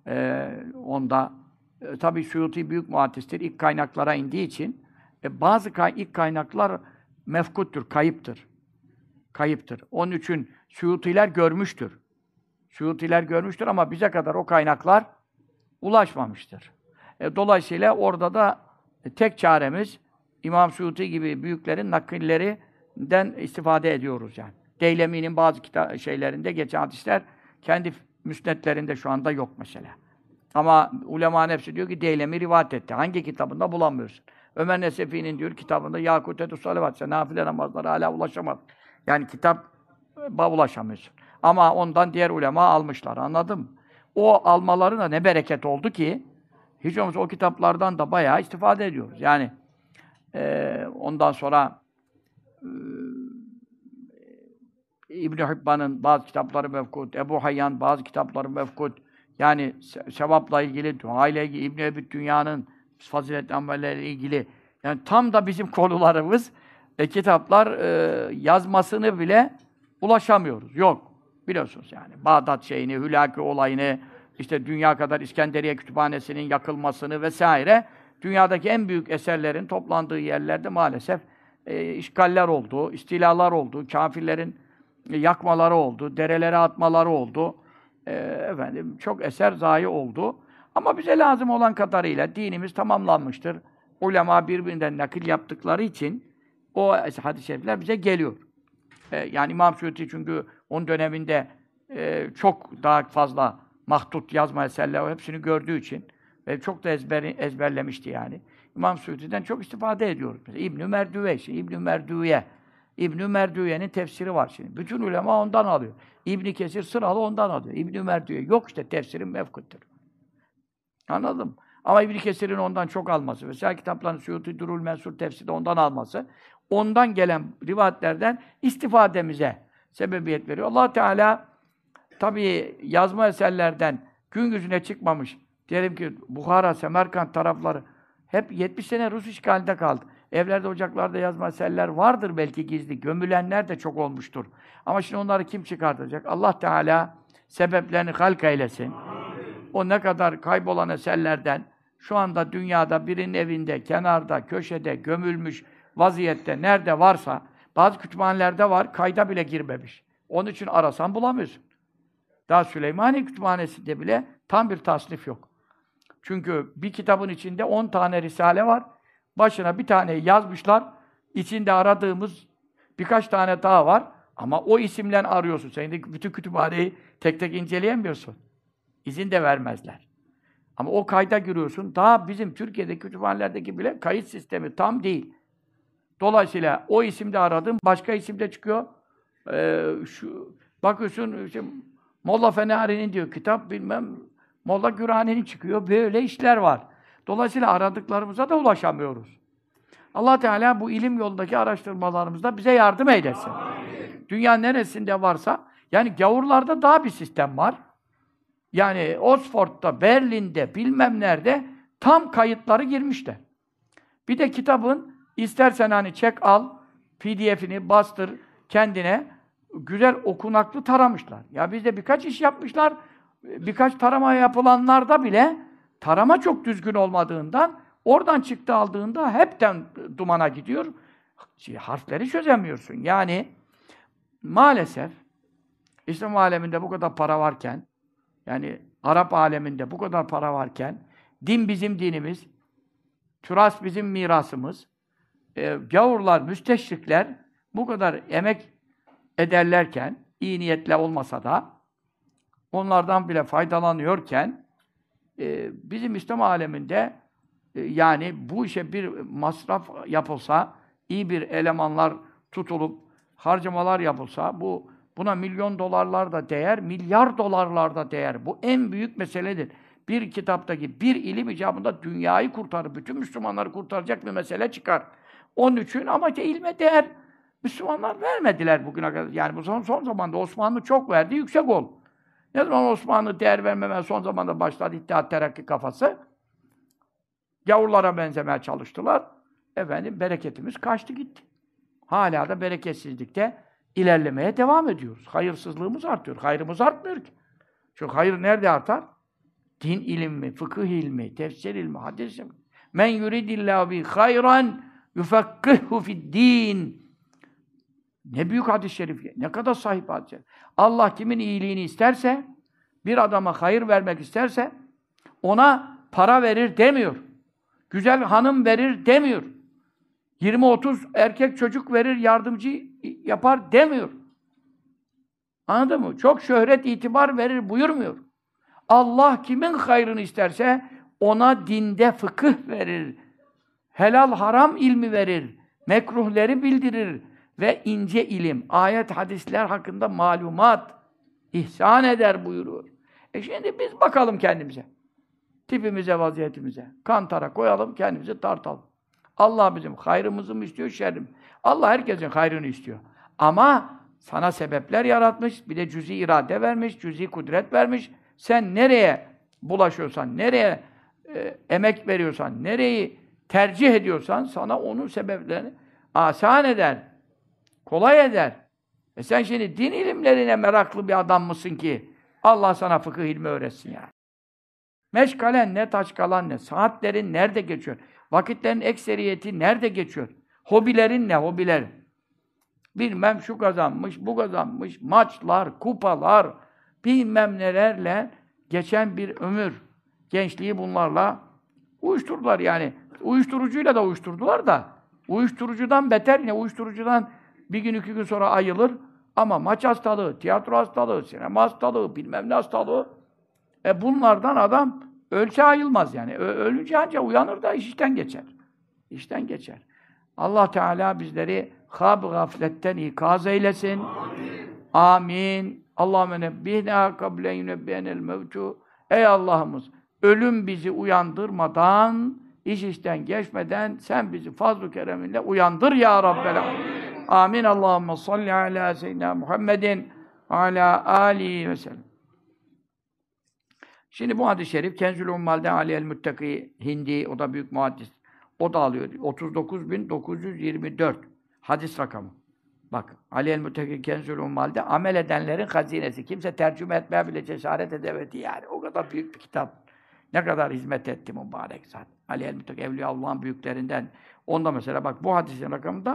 Onda tabii Suyuti büyük muhaddistir. İlk kaynaklara indiği için bazı ilk kaynaklar mefkuttur, kayıptır. Kayıptır. Onun için Suyutiler görmüştür. Suyutiler görmüştür ama bize kadar o kaynaklar ulaşmamıştır. Dolayısıyla orada da tek çaremiz İmam Suyuti gibi büyüklerin nakillerinden istifade ediyoruz yani. Deylemi'nin bazı şeylerinde geçen hadisler kendi müsnetlerinde şu anda yok mesela. Ama ulemanın hepsi diyor ki Deylemi rivayet etti. Hangi kitabında bulamıyorsun? Ömer Nesefi'nin diyor kitabında Yakutetü Salavat, nafile namazlara hala ulaşamaz. Yani kitaba ulaşamıyorsun. Ama ondan diğer ulema almışlar. Anladın mı? O almalarına ne bereket oldu ki hiç olmazsa o kitaplardan da bayağı istifade ediyoruz. Yani ondan sonra İbn-i Hibban'ın bazı kitapları mevkut, Ebu Hayyan bazı kitapları mevkut. Yani sevapla ilgili, dua ile ilgili, İbn-i Ebi Dünya'nın faziletli amelleriyle ilgili. Yani tam da bizim konularımız kitaplar yazmasını bile ulaşamıyoruz. Yok. Biliyorsunuz yani. Bağdat şeyini, Hülaki olayını, işte dünya kadar İskenderiye Kütüphanesi'nin yakılmasını vesaire. Dünyadaki en büyük eserlerin toplandığı yerlerde maalesef işgaller oldu, istilalar oldu, kâfirlerin yakmaları oldu, derelere atmaları oldu. Efendim çok eser zayi oldu. Ama bize lazım olan kadarıyla dinimiz tamamlanmıştır. Ulema birbirinden nakil yaptıkları için o hadis-i şerifler bize geliyor. Yani İmam Suyuti çünkü onun döneminde çok daha fazla mahdut yazma eserler hepsini gördüğü için ve çok da ezberlemişti yani. İmam Suyuti'den çok istifade ediyoruz. Mesela İbn-i Merdüve, İbn-i Merdüye. İbn-i Merdüye'nin tefsiri var şimdi. Bütün ulema ondan alıyor. İbn Kesir sıralı ondan alıyor. İbn-i Merdüye yok işte tefsirin mevkuttur. Anladın mı? Ama İbn Kesir'in ondan çok alması, mesela kitapların Suyuti Durul Mensur tefsiri ondan alması, ondan gelen rivayetlerden istifademize sebebiyet veriyor. Allah Teala tabii yazma eserlerden gün yüzüne çıkmamış. Diyelim ki Bukhara, Semerkant tarafları hep 70 sene Rus işgalinde kaldı. Evlerde, ocaklarda yazma eserler vardır belki gizli. Gömülenler de çok olmuştur. Ama şimdi onları kim çıkartacak? Allah Teala sebeplerini halk eylesin. O ne kadar kaybolan eserlerden şu anda dünyada birinin evinde, kenarda, köşede, gömülmüş vaziyette nerede varsa bazı kütüphanelerde var, kayda bile girmemiş. Onun için arasan bulamıyorsun. Daha Süleymaniye Kütüphanesi'nde bile tam bir tasnif yok. Çünkü bir kitabın içinde 10 tane risale var. Başına bir tane yazmışlar. İçinde aradığımız birkaç tane daha var. Ama o isimle arıyorsun. Sen de bütün kütüphaneyi tek tek inceleyemiyorsun. İzin de vermezler. Ama o kayda giriyorsun. Daha bizim Türkiye'deki kütüphanelerdeki bile kayıt sistemi tam değil. Dolayısıyla o isimde aradığım başka isimde çıkıyor. Bakıyorsun işte, Molla Fenari'nin diyor kitap bilmem Molla Gürani'nin çıkıyor. Böyle işler var. Dolayısıyla aradıklarımıza da ulaşamıyoruz. Allah Teala bu ilim yolundaki araştırmalarımızda bize yardım eylesin. Amin. Dünya neresinde varsa, yani gavurlarda daha bir sistem var. Yani Oxford'da, Berlin'de, bilmem nerede tam kayıtları girmişler. Bir de kitabın istersen hani çek al, PDF'ini bastır kendine, güzel okunaklı taramışlar. Ya bizde birkaç iş yapmışlar, birkaç tarama yapılanlarda bile tarama çok düzgün olmadığından Oradan çıktı aldığında hepten dumana gidiyor. Harfleri çözemiyorsun. Yani maalesef İslam aleminde bu kadar para varken, yani Arap aleminde bu kadar para varken, din bizim dinimiz, türas bizim mirasımız, gavurlar, müsteşrikler bu kadar emek ederlerken, iyi niyetle olmasa da, onlardan bile faydalanıyorken, bizim İslam aleminde yani bu işe bir masraf yapılsa, iyi bir elemanlar tutulup, harcamalar yapılsa, buna milyon dolarlar da değer, milyar dolarlar da değer. Bu en büyük meseledir. Bir kitaptaki bir ilim icabında dünyayı kurtarır, bütün Müslümanları kurtaracak bir mesele çıkar. Onun için ama ilme değer Müslümanlar vermediler bugüne kadar. Yani bu son zamanda Osmanlı çok verdi, yüksek ol. Ne zaman Osmanlı değer vermemeye son zamanda başladı İttihat Terakki kafası. Gavurlara benzemeye çalıştılar. Efendim bereketimiz kaçtı gitti. Hala da bereketsizlikte ilerlemeye devam ediyoruz. Hayırsızlığımız artıyor. Hayrımız artmıyor ki. Çünkü hayır nerede artar? Din ilmi, fıkıh ilmi, tefsir ilmi, hadis ilmi. Men yuridillahu bi hayran yufakkihu fi'd-din. Ne büyük hadis-i şerif, ne kadar sahip hadis-i şerif. Allah kimin iyiliğini isterse, bir adama hayır vermek isterse, ona para verir demiyor. Güzel hanım verir demiyor. 20-30 erkek çocuk verir, yardımcı yapar demiyor. Anladın mı? Çok şöhret, itibar verir buyurmuyor. Allah kimin hayrını isterse ona dinde fıkıh verir. Helal haram ilmi verir. Mekruhleri bildirir ve ince ilim, ayet, hadisler hakkında malumat ihsan eder buyuruyor. Şimdi biz bakalım kendimize. Tipimize, vaziyetimize. Kantara koyalım, kendimizi tartalım. Allah bizim hayrımızı mı istiyor, şerrim? Allah herkesin hayrını istiyor. Ama sana sebepler yaratmış, bir de cüz'i irade vermiş, cüz'i kudret vermiş. Sen nereye bulaşıyorsan, nereye emek veriyorsan, nereyi tercih ediyorsan sana onun sebeplerini asan eder, kolay eder. Sen şimdi din ilimlerine meraklı bir adam mısın ki Allah sana fıkıh ilmi öğretsin yani. Meşgalen ne, taşkalan ne, saatlerin nerede geçiyor? Vakitlerin ekseriyeti nerede geçiyor? Hobilerin ne, hobiler? Bilmem şu kazanmış, bu kazanmış, maçlar, kupalar, bilmem nelerle geçen bir ömür. Gençliği bunlarla uyuşturdular yani. Uyuşturucuyla da uyuşturdular da, uyuşturucudan beter, yine uyuşturucudan bir gün, iki gün sonra ayılır. Ama maç hastalığı, tiyatro hastalığı, sinema hastalığı, bilmem ne hastalığı. Bunlardan adam ölse ayılmaz yani. Ölünce ancak uyanır da işten geçer. İşten geçer. Allah Teala bizleri hâb-ı gafletten ikaz eylesin. Amin. Amin. Allahümme nebbihna kable yunebbiyenel mevtu. Ey Allah'ımız, ölüm bizi uyandırmadan, iş işten geçmeden sen bizi fazl-ı kereminle uyandır ya Rabbel alemin. Amin. Allahümme salli ala seyyidina Muhammedin ve ala alihi ve sellem. Şimdi bu hadis-i şerif Kenzül Ummal'de Ali el-Muttaki Hindi, o da büyük muhaddis. O da alıyor. 39.924 hadis rakamı. Bak, Ali el-Muttaki Kenzül Ummal'de amel edenlerin hazinesi. Kimse tercüme etmeye bile cesaret edemedi yani. O kadar büyük bir kitap. Ne kadar hizmet etti mübarek zat. Ali el-Muttaki Evliyaullah'ın büyüklerinden. Onda mesela bak bu hadisin rakamında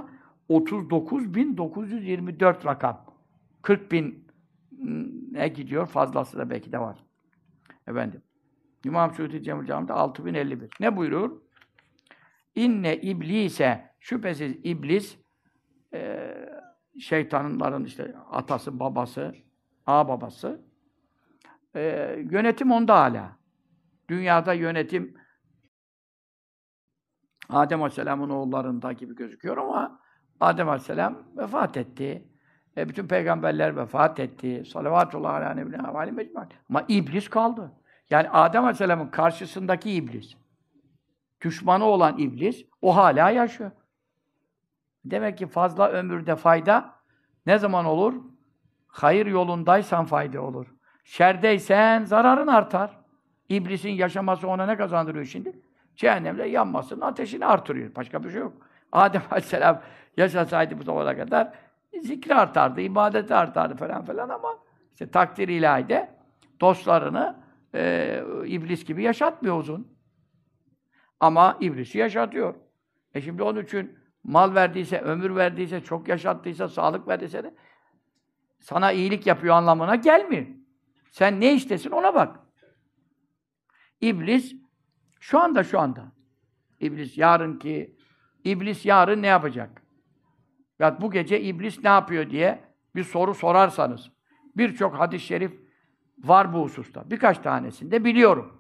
39.924 rakam. 40.000'e gidiyor. Fazlası da belki de var. Efendim. İmam Suyuti Cemil Cami'de 6051. Ne buyuruyor? İnne iblise, şüphesiz iblis, şeytanların işte atası, babası, ağababası, yönetim onda hala. Dünyada yönetim Adem Aleyhisselam'ın oğullarında gibi gözüküyor ama Adem Aleyhisselam vefat etti. Bütün peygamberler vefat etti. Salavatullah ala nebine havali mecmual. Ama iblis kaldı. Yani Adem Aleyhisselam'ın karşısındaki iblis, düşmanı olan iblis, o hala yaşıyor. Demek ki fazla ömürde fayda ne zaman olur? Hayır yolundaysan fayda olur. Şerdeysen zararın artar. İblisin yaşaması ona ne kazandırıyor şimdi? Cehennemde yanmasının ateşini artırıyor. Başka bir şey yok. Adem Aleyhisselam yaşasaydı bu zamana kadar zikri artardı, ibadeti artardı falan falan ama işte takdir ilahide dostlarını iblis gibi yaşatmıyor uzun. Ama iblisi yaşatıyor. Şimdi onun için mal verdiyse, ömür verdiyse, çok yaşattıysa, sağlık verdiyse de sana iyilik yapıyor anlamına gelmiyor. Sen ne istesin ona bak. İblis şu anda. İblis yarın ne yapacak? Ya bu gece iblis ne yapıyor diye bir soru sorarsanız, birçok hadis-i şerif var bu hususta. Birkaç tanesini de biliyorum.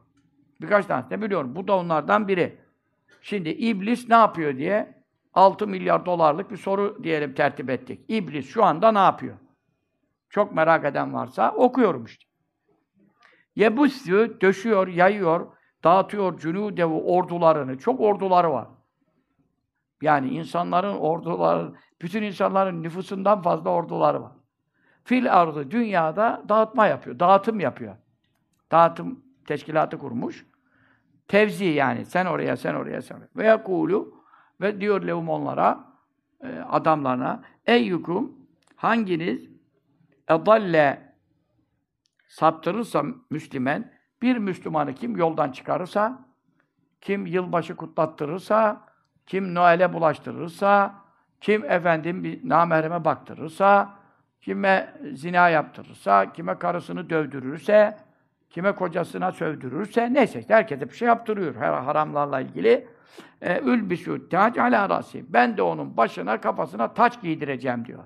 Bu da onlardan biri. Şimdi iblis ne yapıyor diye 6 milyar dolarlık bir soru diyelim tertip ettik. İblis şu anda ne yapıyor? Çok merak eden varsa okuyorum işte. Yebussü döşüyor, yayıyor, dağıtıyor cünûdevu ordularını. Çok orduları var. Yani insanların orduları, bütün insanların nüfusundan fazla orduları var. Fil ardı dünyada dağıtma yapıyor, dağıtım yapıyor. Dağıtım teşkilatı kurmuş. Tevzi yani. Sen oraya, sen oraya, sen oraya. Ve yekûlû ve diyor lehum onlara, adamlarına eyyukum hanginiz edalle saptırırsa Müslüman, bir Müslümanı kim yoldan çıkarırsa, kim yılbaşı kutlattırırsa, kim Noel'e bulaştırırsa, kim efendim bir namahreme baktırırsa, kime zina yaptırırsa, kime karısını dövdürürse, kime kocasına sövdürürse, neyse işte herkese bir şey yaptırıyor her haramlarla ilgili. Ülbisû tac alâ râsî. Ben de onun başına, kafasına taç giydireceğim diyor.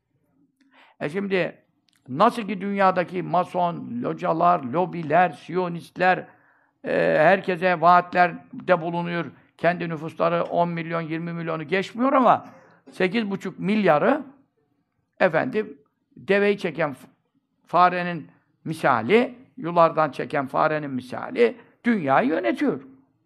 Şimdi nasıl ki dünyadaki mason, localar, lobiler, siyonistler herkese vaatlerde bulunuyor. Kendi nüfusları 10 milyon, 20 milyonu geçmiyor ama 8,5 milyarı efendim deveyi çeken farenin misali, yulardan çeken farenin misali dünyayı yönetiyor.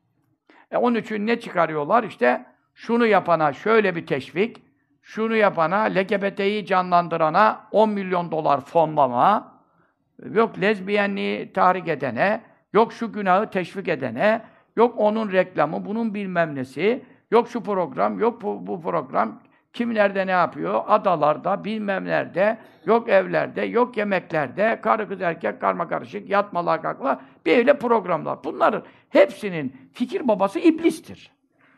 Onun için ne çıkarıyorlar? İşte şunu yapana şöyle bir teşvik, şunu yapana, LGBT'yi canlandırana 10 milyon dolar fonlama, yok lezbiyenliği tahrik edene, yok şu günahı teşvik edene, yok onun reklamı, bunun bilmem nesi, yok şu program, yok bu program, kim nerede ne yapıyor, adalarda, bilmem nerede, yok evlerde, yok yemeklerde, karı kız erkek karmakarışık, yatmalar kalkmalar, böyle programlar. Bunların hepsinin fikir babası iblistir.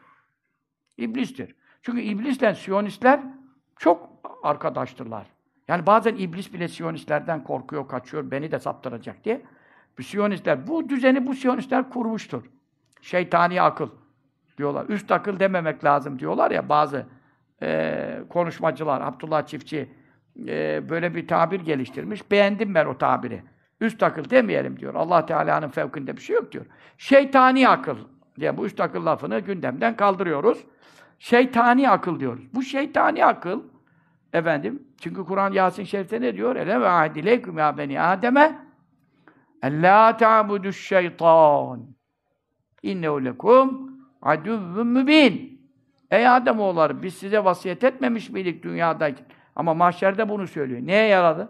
İblistir. Çünkü iblisle Siyonistler çok arkadaştırlar. Yani bazen iblis bile Siyonistlerden korkuyor, kaçıyor, beni de saptıracak diye. Bu Siyonistler, bu düzeni bu Siyonistler kurmuştur. Şeytani akıl diyorlar. Üst akıl dememek lazım diyorlar ya bazı konuşmacılar, Abdullah Çiftçi böyle bir tabir geliştirmiş. Beğendim ben o tabiri. Üst akıl demeyelim diyor. Allah Teala'nın fevkinde bir şey yok diyor. Şeytani akıl diye bu üst akıl lafını gündemden kaldırıyoruz. Şeytani akıl diyoruz. Bu şeytani akıl efendim çünkü Kur'an Yasin Şerif'te ne diyor? Ele ve ahdileyküm ya beni Adem'e ellâ ta'buduş şeytan innehu lekum aduvvun mübin. Ey Ademoğulları biz size vasiyet etmemiş miydik dünyadayken? Ama mahşerde bunu söylüyor. Neye yaradı?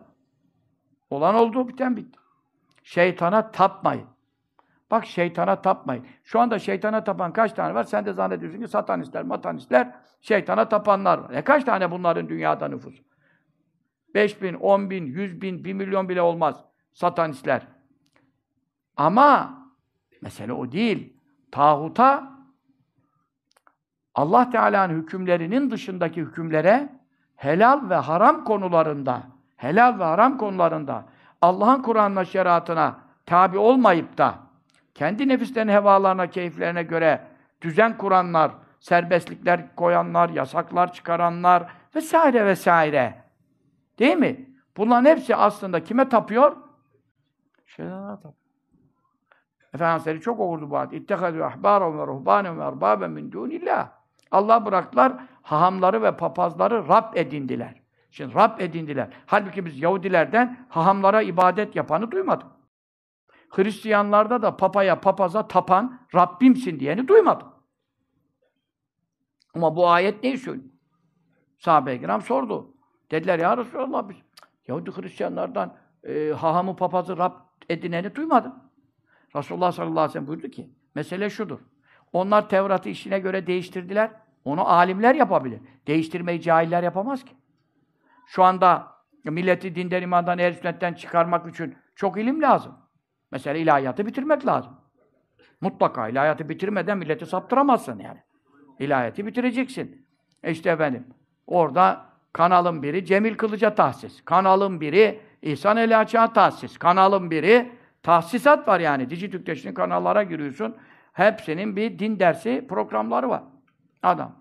Olan oldu, biten bitti. Şeytana tapmayın. Bak şeytana tapmayın. Şu anda şeytana tapan kaç tane var? Sen de zannediyorsun ki satanistler, matanistler, şeytana tapanlar var. Kaç tane bunların dünyada nüfusu? 5.000, 10.000, 100.000, 1 milyon bile olmaz satanistler. Ama mesele o değil. Tağuta Allah Teala'nın hükümlerinin dışındaki hükümlere helal ve haram konularında Allah'ın Kur'an'ına, şeriatına tabi olmayıp da kendi nefislerinin hevalarına, keyiflerine göre düzen kuranlar, serbestlikler koyanlar, yasaklar çıkaranlar vesaire vesaire. Değil mi? Bunların hepsi aslında kime tapıyor? Şeytana tapıyor. Efendimiz çok okurdu bu ayet. İttehazû ahbârahum ve ruhbânehum ve erbâben min dûnillah. Allah bıraktılar, hahamları ve papazları Rab edindiler. Şimdi Rab edindiler. Halbuki biz Yahudilerden hahamlara ibadet yapanı duymadık. Hristiyanlarda da papaya, papaza tapan Rabbimsin diyeni duymadım. Ama bu ayet ne söylüyor? Sahabe-i kiram sordu. Dediler ya Resulallah biz Yahudi Hristiyanlardan hahamı, papazı Rab edineni duymadım. Resulullah sallallahu aleyhi ve sellem buyurdu ki, mesele şudur. Onlar Tevrat'ı işine göre değiştirdiler. Onu alimler yapabilir. Değiştirmeyi cahiller yapamaz ki. Şu anda milleti dinden, imandan, ehl-i sünnetten çıkarmak için çok ilim lazım. Mesela ilahiyatı bitirmek lazım. Mutlaka ilahiyatı bitirmeden milleti saptıramazsın yani. İlahiyatı bitireceksin. İşte efendim, orada kanalın biri Cemil Kılıç'a tahsis. Kanalın biri İhsan Ali Açık'a tahsis. Kanalın biri tahsisat var yani. Dijitürk'te kanallara giriyorsun. Hepsinin bir din dersi programları var. Adam.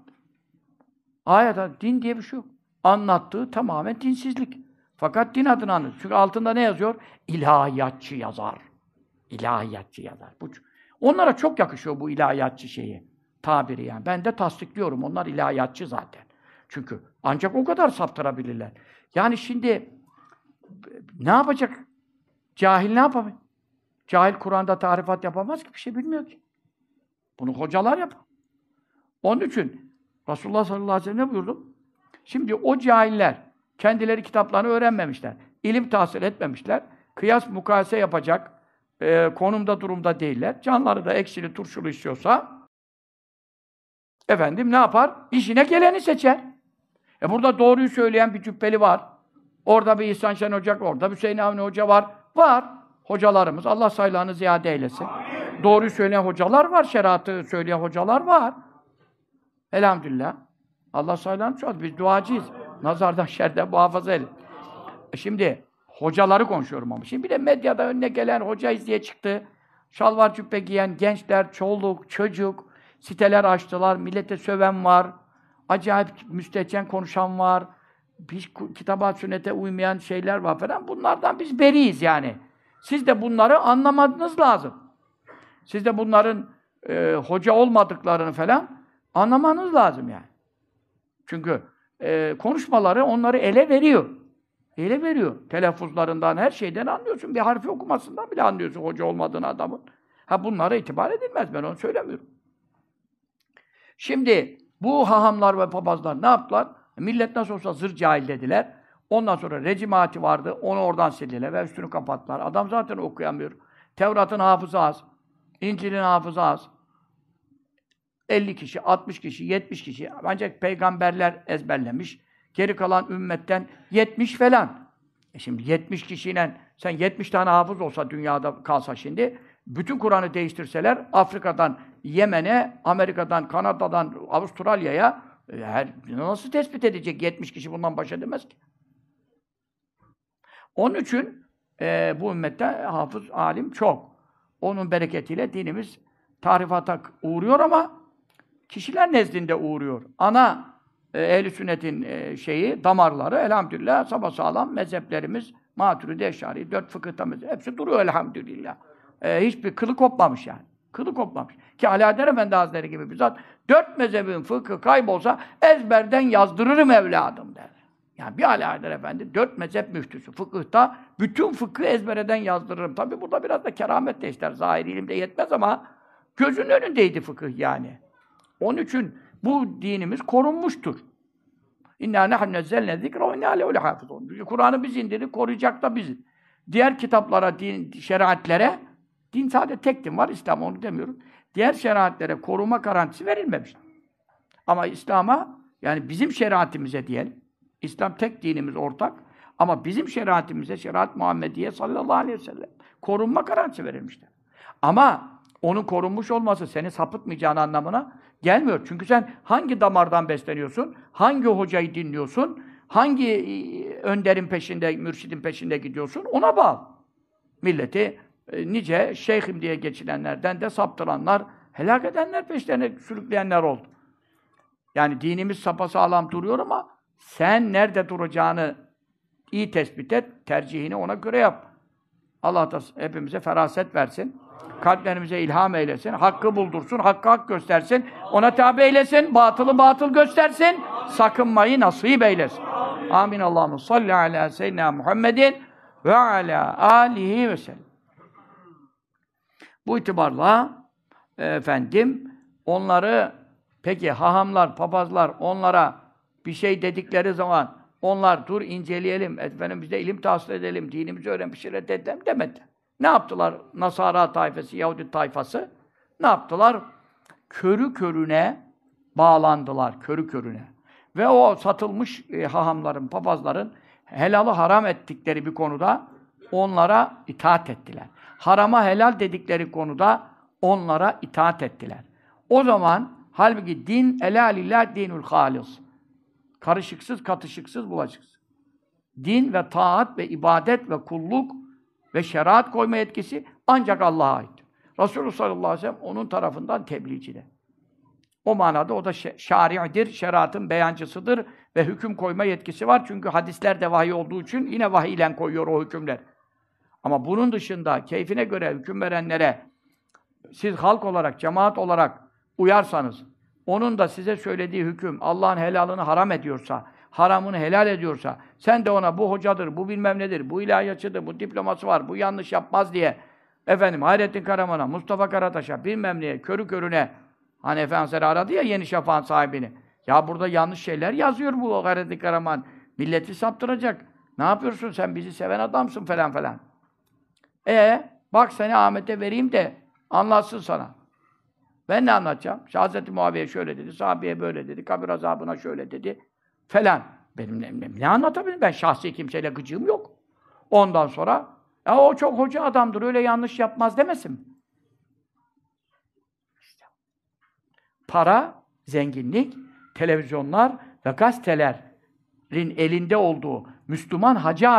Ayet, din diye bir şey yok. Anlattığı tamamen dinsizlik. Fakat din adını anlatıyor. Çünkü altında ne yazıyor? İlahiyatçı yazar. İlahiyatçı yazar. Onlara çok yakışıyor bu ilahiyatçı şeyi. Tabiri yani. Ben de tasdikliyorum. Onlar ilahiyatçı zaten. Çünkü ancak o kadar saptırabilirler. Yani şimdi ne yapacak? Cahil ne yapabilir? Cahil Kur'an'da tarifat yapamaz ki. Bir şey bilmiyor ki. Bunu hocalar yapar. Onun için Resulullah sallallahu aleyhi ve sellem ne buyurdu? Şimdi o cahiller kendileri kitaplarını öğrenmemişler. İlim tahsil etmemişler. Kıyas mukayese yapacak konumda durumda değiller. Canları da eksili turşulu istiyorsa efendim ne yapar? İşine geleni seçer. Burada doğruyu söyleyen bir cübbeli var. Orada bir İhsan Şen Hoca, orada bir Hüseyin Avni Hoca var. Var. Hocalarımız. Allah sayılarını ziyade eylesin. Amin. Doğruyu söyleyen hocalar var. Şeriatı söyleyen hocalar var. Elhamdülillah. Allah sayılarını çoğalt. Biz duacıyız. Nazardan, şerden muhafaza edin. Şimdi hocaları konuşuyorum ama. Şimdi bir de medyada önüne gelen hocayız diye çıktı. Şalvar cübbe giyen gençler, çoluk, çocuk, siteler açtılar. Millete söven var. Acayip müstehcen konuşan var. Bir kitaba, sünnete uymayan şeyler var falan. Bunlardan biz beriyiz yani. Siz de bunları anlamanız lazım. Siz de bunların hoca olmadıklarını falan anlamanız lazım yani. Çünkü konuşmaları onları ele veriyor. Ele veriyor. Telaffuzlarından, her şeyden anlıyorsun. Bir harfi okumasından bile anlıyorsun hoca olmadığını adamın. Bunlara itibar edilmez. Ben onu söylemiyorum. Şimdi bu hahamlar ve papazlar ne yaptılar? Millet nasıl olsa zır cahil dediler. Ondan sonra recimaati vardı. Onu oradan sildiler ve üstünü kapattılar. Adam zaten okuyamıyor. Tevrat'ın hafızı az. İncil'in hafızı az. 50 kişi, 60 kişi, 70 kişi. Ancak peygamberler ezberlemiş. Geri kalan ümmetten 70 falan. Şimdi 70 kişiyle sen 70 tane hafız olsa dünyada kalsa şimdi bütün Kur'an'ı değiştirseler Afrika'dan Yemen'e, Amerika'dan, Kanada'dan Avustralya'ya nasıl tespit edecek? 70 kişi bundan baş edemez ki. Onun için bu ümmette hafız, alim çok. Onun bereketiyle dinimiz tarifata uğruyor ama kişiler nezdinde uğruyor. Ana ehl-i sünnetin damarları elhamdülillah sapasağlam mezheplerimiz Maturidi, Eş'ari, 4 fıkıhta mezhep hepsi duruyor elhamdülillah. Hiçbir kılı kopmamış yani. Kılı kopmamış. Ki Ali Adem Efendi Hazretleri gibi bizzat 4 mezhebin fıkhı kaybolsa ezberden yazdırırım evladım der. Yani bir Ali Adem Efendi 4 mezhep müftüsü fıkıhta bütün fıkhı ezbereden yazdırırım. Tabi burada biraz da keramet de ister. Zahiri ilimde yetmez ama gözünün önündeydi fıkıh yani. Onun için bu dinimiz korunmuştur. İnna nahnu nezzelne zikra ve inna lehu lehafizun. Kur'an'ı biz indirdik, koruyacak da biziz. Diğer kitaplara, din, şeriatlere, din sadece tek din var, İslam onu demiyorum. Diğer şeriatlere koruma garantisi verilmemiş. Ama İslam'a, yani bizim şeriatimize diyelim, İslam tek dinimiz ortak, ama bizim şeriatimize, şeriat Muhammediye sallallahu aleyhi ve sellem, korunma garantisi verilmiştir. Ama onun korunmuş olması seni sapıtmayacağın anlamına gelmiyor. Çünkü sen hangi damardan besleniyorsun, hangi hocayı dinliyorsun, hangi önderin peşinde, mürşidin peşinde gidiyorsun, ona bağlı. Milleti nice şeyhim diye geçilenlerden de saptıranlar, helak edenler, peşlerine sürükleyenler oldu. Yani dinimiz sapasağlam duruyor ama sen nerede duracağını iyi tespit et, tercihini ona göre yap. Allah da hepimize feraset versin. Kalplerimize ilham eylesin, hakkı buldursun, hakkı hak göstersin, ona tabi eylesin, batılı batıl göstersin, sakınmayı nasip eylesin. Amin. Allahümme salli ala seyyidina Muhammedin ve ala alihi ve sellem. Bu itibarla efendim onları peki hahamlar, papazlar onlara bir şey dedikleri zaman onlar dur inceleyelim, efendim biz de ilim tahsil edelim, dinimizi öğren bir şey reddedelim demedi. Ne yaptılar Nasara tayfası, Yahudi tayfası? Ne yaptılar? Körü körüne bağlandılar, körü körüne. Ve o satılmış hahamların, papazların helalı haram ettikleri bir konuda onlara itaat ettiler. Harama helal dedikleri konuda onlara itaat ettiler. O zaman halbuki din elâ lillâh dinul hâlis. Karışıksız, katışıksız, bulaşıksız. Din ve taat ve ibadet ve kulluk ve şeriat koyma yetkisi ancak Allah'a ait. Resulullah sallallahu aleyhi ve sellem onun tarafından tebliğcidir. O manada o da şari'dir, şeriatın beyancısıdır ve hüküm koyma yetkisi var. Çünkü hadisler de vahiy olduğu için yine vahiy ile koyuyor o hükümler. Ama bunun dışında keyfine göre hüküm verenlere siz halk olarak, cemaat olarak uyarsanız, onun da size söylediği hüküm Allah'ın helalını haram ediyorsa, haramını helal ediyorsa, sen de ona bu hocadır, bu bilmem nedir, bu ilahiyatçıdır, bu diploması var, bu yanlış yapmaz diye Hayrettin Karaman'a, Mustafa Karataş'a, bilmem neye, körü körüne hani Efendimiz aradı ya Yeni Şafak'ın sahibini. Ya burada yanlış şeyler yazıyor bu Hayrettin Karaman. Milleti saptıracak. Ne yapıyorsun sen? Bizi seven adamsın falan falan. Bak seni Ahmet'e vereyim de anlatsın sana. Ben ne anlatacağım? Hazreti Muaviye şöyle dedi, sahabeye böyle dedi, kabir azabına şöyle dedi falan. Benim ne anlatabilirim? Ben şahsi kimseyle gıcığım yok. Ondan sonra o çok hoca adamdır, öyle yanlış yapmaz demesin. Para, zenginlik, televizyonlar ve gazetelerin elinde olduğu Müslüman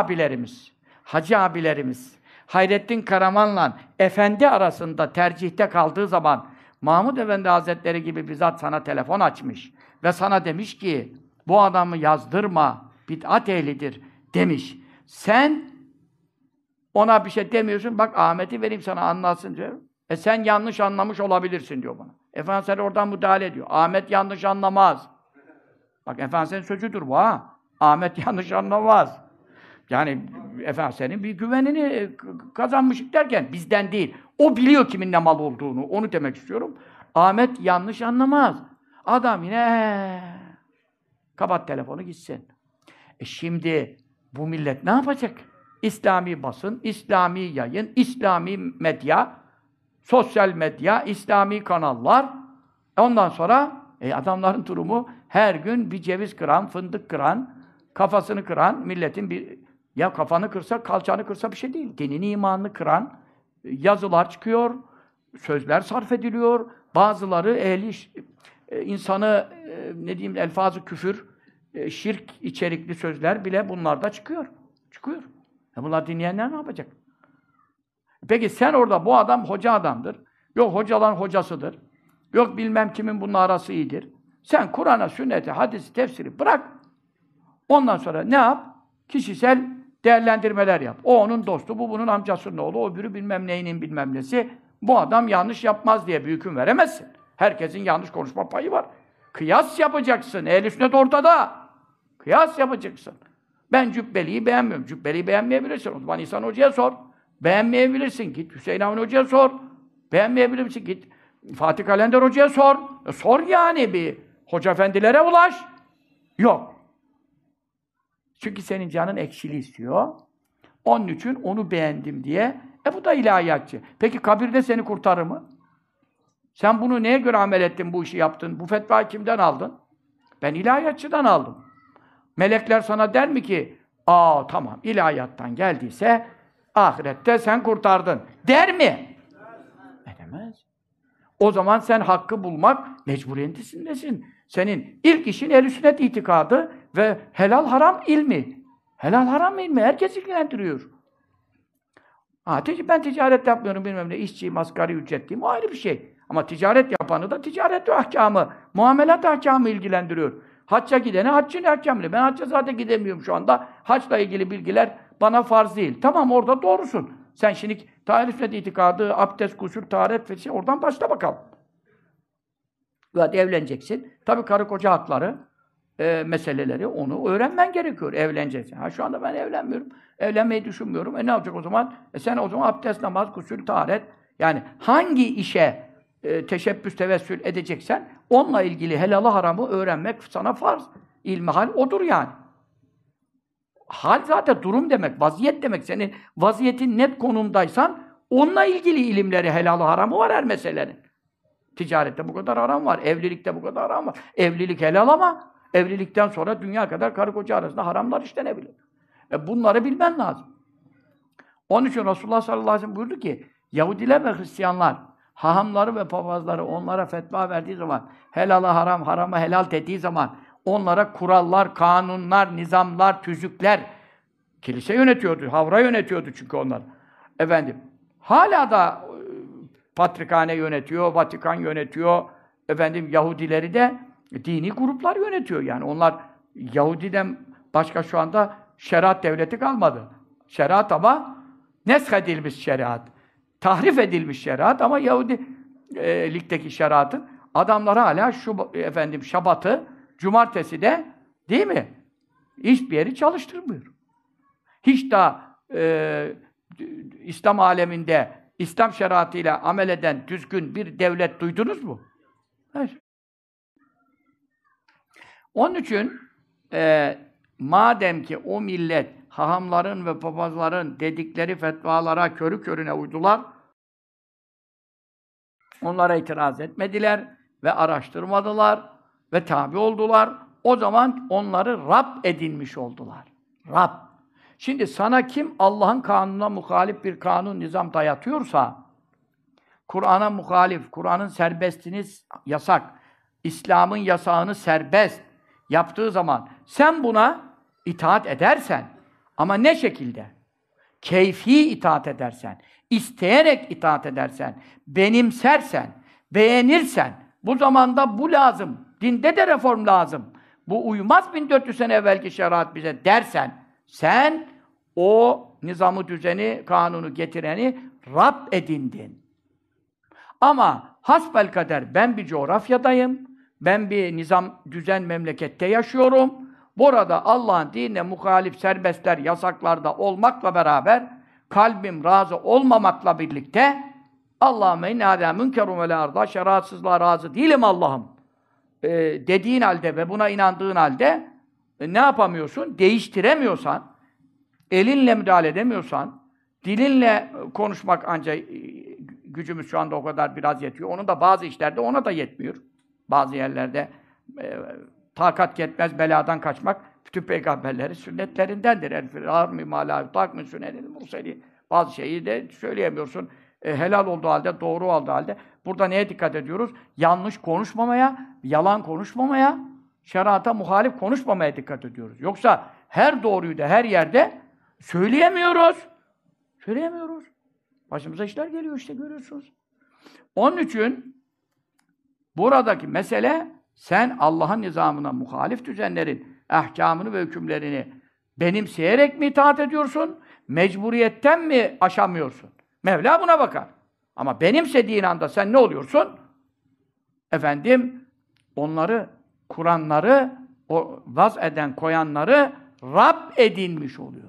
hacı abilerimiz, Hayrettin Karaman'la Efendi arasında tercihte kaldığı zaman Mahmud Efendi Hazretleri gibi bizzat sana telefon açmış ve sana demiş ki bu adamı yazdırma, bid'at ehlidir demiş. Sen ona bir şey demiyorsun, bak Ahmet'i vereyim sana anlatsın diyor. Sen yanlış anlamış olabilirsin diyor bana. Efendimiz oradan müdahale ediyor. Ahmet yanlış anlamaz. Bak Efendimiz'in sözüdür bu ha. Ahmet yanlış anlamaz. Yani Efendimiz'in bir güvenini kazanmışık derken bizden değil. O biliyor kimin ne mal olduğunu. Onu demek istiyorum. Ahmet yanlış anlamaz. Adam yine kapat telefonu gitsin. Şimdi bu millet ne yapacak? İslami basın, İslami yayın, İslami medya, sosyal medya, İslami kanallar. Ondan sonra adamların durumu her gün bir ceviz kıran, fındık kıran, kafasını kıran, milletin ya kafanı kırsa, kalçanı kırsa bir şey değil. Dinini, imanını kıran yazılar çıkıyor, sözler sarf ediliyor. Bazıları insanı elfaz-ı küfür, şirk içerikli sözler bile bunlarda çıkıyor. Çıkıyor. Bunlar dinleyenler ne yapacak? Peki sen orada bu adam hoca adamdır. Yok hocaların hocasıdır. Yok bilmem kimin bununla arası iyidir. Sen Kur'an'a, sünnete, hadisi, tefsiri bırak. Ondan sonra ne yap? Kişisel değerlendirmeler yap. O onun dostu, bu bunun amcasının oğlu, o öbürü bilmem neyinin bilmem nesi. Bu adam yanlış yapmaz diye bir hüküm veremezsin. Herkesin yanlış konuşma payı var. Kıyas yapacaksın. Ehl-i sünnet ortada. Kıyas yapacaksın. Ben Cübbeli'yi beğenmiyorum. Cübbeli'yi beğenmeyebilirsin. O zaman İhsan Hoca'ya sor. Beğenmeyebilirsin. Git Hüseyin Avni Hoca'ya sor. Beğenmeyebilirsin. Git Fatih Kalender Hoca'ya sor. Sor yani bir. Hoca efendilere ulaş. Yok. Çünkü senin canın ekşili istiyor. Onun için onu beğendim diye. Bu da ilahiyatçı. Peki kabirde seni kurtarır mı? Sen bunu neye göre amel ettin, bu işi yaptın? Bu fetvayı kimden aldın? Ben ilahiyatçıdan aldım. Melekler sana der mi ki, tamam, ilahiyattan geldiyse ahirette sen kurtardın. Der mi? Demez. O zaman sen hakkı bulmak mecburiyetindesin. Senin ilk işin ehl-i sünnet itikadı ve helal haram ilmi. Helal haram ilmi herkes ilgilendiriyor. Ben ticaret yapmıyorum bilmem ne, işçiyim, asgari ücretliyim, o ayrı bir şey. Ama ticaret yapanı da ticaret ahkamı, muamelat ahkamı ilgilendiriyor. Hacca gidene haccın ahkamı. Ben hacca zaten gidemiyorum şu anda. Haçla ilgili bilgiler bana farz değil. Tamam orada doğrusun. Sen şimdi ehl-i sünnet itikadı, abdest, gusül, taharet ve oradan başla bakalım. Hadi evleneceksin. Tabii karı koca hakları meseleleri onu öğrenmen gerekiyor. Evleneceksin. Şu anda ben evlenmiyorum. Evlenmeyi düşünmüyorum. Ne yapacak o zaman? Sen o zaman abdest, namaz, gusül, taharet yani hangi işe teşebbüs, tevessül edeceksen onunla ilgili helalı haramı öğrenmek sana farz. İlmihal odur yani. Hal zaten durum demek, vaziyet demek. Senin vaziyetin net konumdaysan onunla ilgili ilimleri, helalı haramı var her meselenin. Ticarette bu kadar haram var, evlilikte bu kadar haram var. Evlilik helal ama evlilikten sonra dünya kadar karı koca arasında haramlar işlenebilir. Bunları bilmen lazım. Onun için Resulullah sallallahu aleyhi ve sellem buyurdu ki Yahudiler ve Hristiyanlar hahamları ve papazları onlara fetva verdiği zaman, helala haram, harama helal dediği zaman, onlara kurallar, kanunlar, nizamlar, tüzükler, kilise yönetiyordu, havra yönetiyordu çünkü onlar. Efendim, hala da Patrikhane yönetiyor, Vatikan yönetiyor, efendim Yahudileri de dini gruplar yönetiyor. Yani onlar Yahudi'den başka şu anda şeriat devleti kalmadı. Şeriat ama neshedilmiş şeriat. Tahrif edilmiş şeriat ama Yahudilik'teki şeriatın adamları hala Şabat'ı, cumartesi de değil mi? Hiçbir yeri çalıştırmıyor. Hiç daha İslam aleminde İslam şeriatıyla amel eden düzgün bir devlet duydunuz mu? Hayır. Onun için madem ki o millet hahamların ve papazların dedikleri fetvalara körü körüne uydular, onlara itiraz etmediler ve araştırmadılar ve tabi oldular. O zaman onları Rab edinmiş oldular. Rab. Şimdi sana kim Allah'ın kanununa muhalif bir kanun, nizam dayatıyorsa, Kur'an'a muhalif, Kur'an'ın serbestini yasak, İslam'ın yasağını serbest yaptığı zaman sen buna itaat edersen, ama ne şekilde? Keyfi itaat edersen, isteyerek itaat edersen, benimsersen, beğenirsen, bu zamanda bu lazım, dinde de reform lazım, bu uymaz 1400 sene evvelki şeriat bize dersen, sen o nizamı, düzeni, kanunu getireni Rab edindin. Ama hasbelkader ben bir coğrafyadayım, ben bir nizam, düzen memlekette yaşıyorum. Burada Allah'ın dinine muhalif serbestler, yasaklarda olmakla beraber kalbim razı olmamakla birlikte Allahümme inne hâdâ münkerun ve lâ arda, şeriatsızlığa razı değilim Allah'ım dediğin halde ve buna inandığın halde ne yapamıyorsun? Değiştiremiyorsan, elinle müdahale edemiyorsan, dilinle konuşmak ancak gücümüz şu anda o kadar biraz yetiyor. Onun da bazı işlerde ona da yetmiyor. Bazı yerlerde takat yetmez beladan kaçmak bütün peygamberlerin sünnetlerindendir. El-firar mimâ lâ yutak min sünnenil murselîn. Bazı şeyi de söyleyemiyorsun. Helal olduğu halde, doğru olduğu halde. Burada neye dikkat ediyoruz? Yanlış konuşmamaya, yalan konuşmamaya, şeriata muhalif konuşmamaya dikkat ediyoruz. Yoksa her doğruyu da her yerde söyleyemiyoruz. Söyleyemiyoruz. Başımıza işler geliyor işte, görüyorsunuz. Onun için buradaki mesele, sen Allah'ın nizamına muhalif düzenlerin ahkamını ve hükümlerini benimseyerek mi itaat ediyorsun? Mecburiyetten mi aşamıyorsun? Mevla buna bakar. Ama benimsediğin anda sen ne oluyorsun? Efendim, onları, Kur'anları, o vaz eden, koyanları Rab edinmiş oluyor.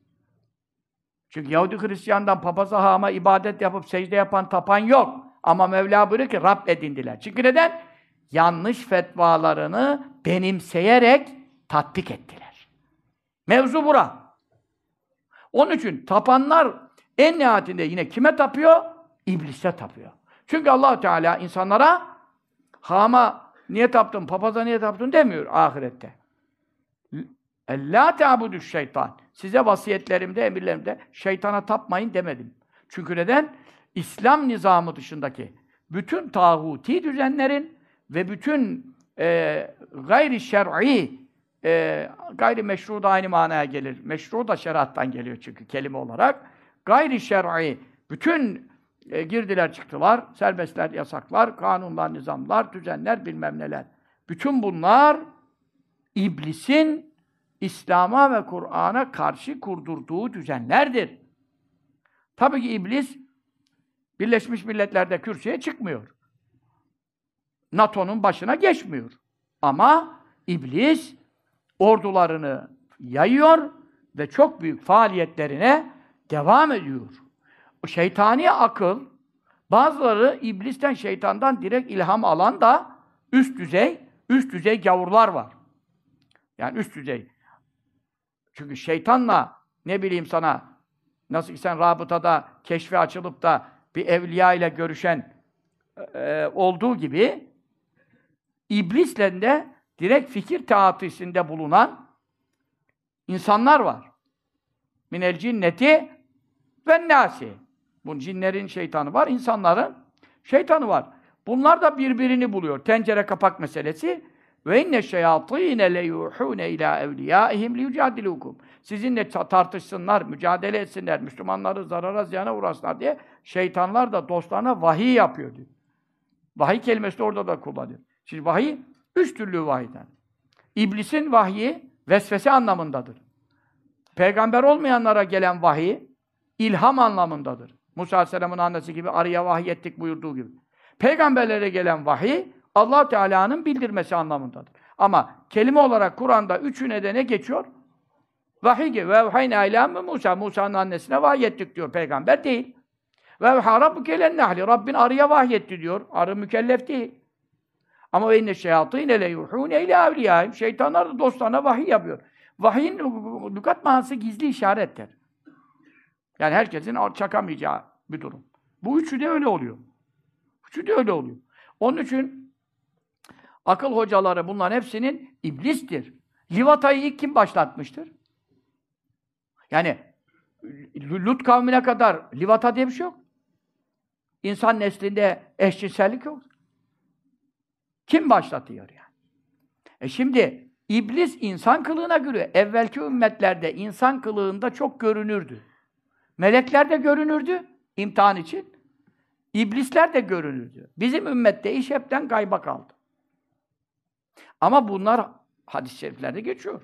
Çünkü Yahudi Hristiyan'dan papaza, hama ibadet yapıp secde yapan, tapan yok. Ama Mevla buyuruyor ki Rab edindiler. Çünkü neden? Yanlış fetvalarını benimseyerek tatbik ettiler. Mevzu bura. Onun için tapanlar en nihayetinde yine kime tapıyor? İblise tapıyor. Çünkü Allah Teala insanlara hama niye taptın, papaza niye taptın demiyor ahirette. Ellâ te'abudüş şeytan. Size vasiyetlerimde, emirlerimde şeytana tapmayın demedim. Çünkü neden? İslam nizamı dışındaki bütün tağuti düzenlerin ve bütün gayri şer'i, gayri meşru da aynı manaya gelir. Meşru da şeriattan geliyor çünkü kelime olarak. Gayri şer'i bütün girdiler çıktılar, serbestler, yasaklar, kanunlar, nizamlar, düzenler, bilmem neler. Bütün bunlar iblisin İslam'a ve Kur'an'a karşı kurdurduğu düzenlerdir. Tabii ki iblis Birleşmiş Milletler'de kürsüye çıkmıyor. NATO'nun başına geçmiyor. Ama iblis ordularını yayıyor ve çok büyük faaliyetlerine devam ediyor. O şeytani akıl, bazıları iblisten, şeytandan direkt ilham alan da üst düzey gavurlar var. Yani üst düzey. Çünkü şeytanla, ne bileyim sana, nasıl ki sen rabıtada keşfe açılıp da bir evliya ile görüşen olduğu gibi, iblisle de direkt fikir teatisinde bulunan insanlar var. Minel cinneti ve nâsi. Bu cinlerin şeytanı var, insanların şeytanı var. Bunlar da birbirini buluyor. Tencere kapak meselesi. Ve inne şeyatîne leyuhûne ilâ evliyâihim liyucadilukum. Sizinle tartışsınlar, mücadele etsinler, Müslümanları zarara ziyana uğrasınlar diye şeytanlar da dostlarına vahiy yapıyor diyor. Vahiy kelimesi de orada da kullanıyor. Şimdi vahiy, üç türlü vahiyden. İblisin vahyi vesvese anlamındadır. Peygamber olmayanlara gelen vahiy ilham anlamındadır. Musa Aleyhisselam'ın annesi gibi arıya vahiy buyurduğu gibi. Peygamberlere gelen vahiy Allah Teala'nın bildirmesi anlamındadır. Ama kelime olarak Kur'an'da üçüne de ne geçiyor? Vahiy gibi. Ve evhayna ilâ Musa. Musa'nın annesine vahiy diyor. Peygamber değil. Ve evhâ rabbuke lennehli. Rabbin arıya vahiy diyor. Arı mükellef değil. Ama ve inne şeyatîne leyuhûne ilâ evliyâihim. Şeytanlar da dostlarına vahiy yapıyor. Vahyin lügat manası gizli işarettir. Yani herkesin çakamayacağı bir durum. Bu üçü de öyle oluyor. Üçü de öyle oluyor. Onun için akıl hocaları bunların hepsinin iblistir. Livatayı ilk kim başlatmıştır? Yani Lut kavmine kadar livata diye bir şey yok. İnsan neslinde eşcinsellik yok. Kim başlatıyor yani? Şimdi iblis insan kılığına göre evvelki ümmetlerde insan kılığında çok görünürdü. Melekler de görünürdü imtihan için. İblisler de görünürdü. Bizim ümmette iş hepten gayba kaldı. Ama bunlar hadis-i şeriflerde geçiyor.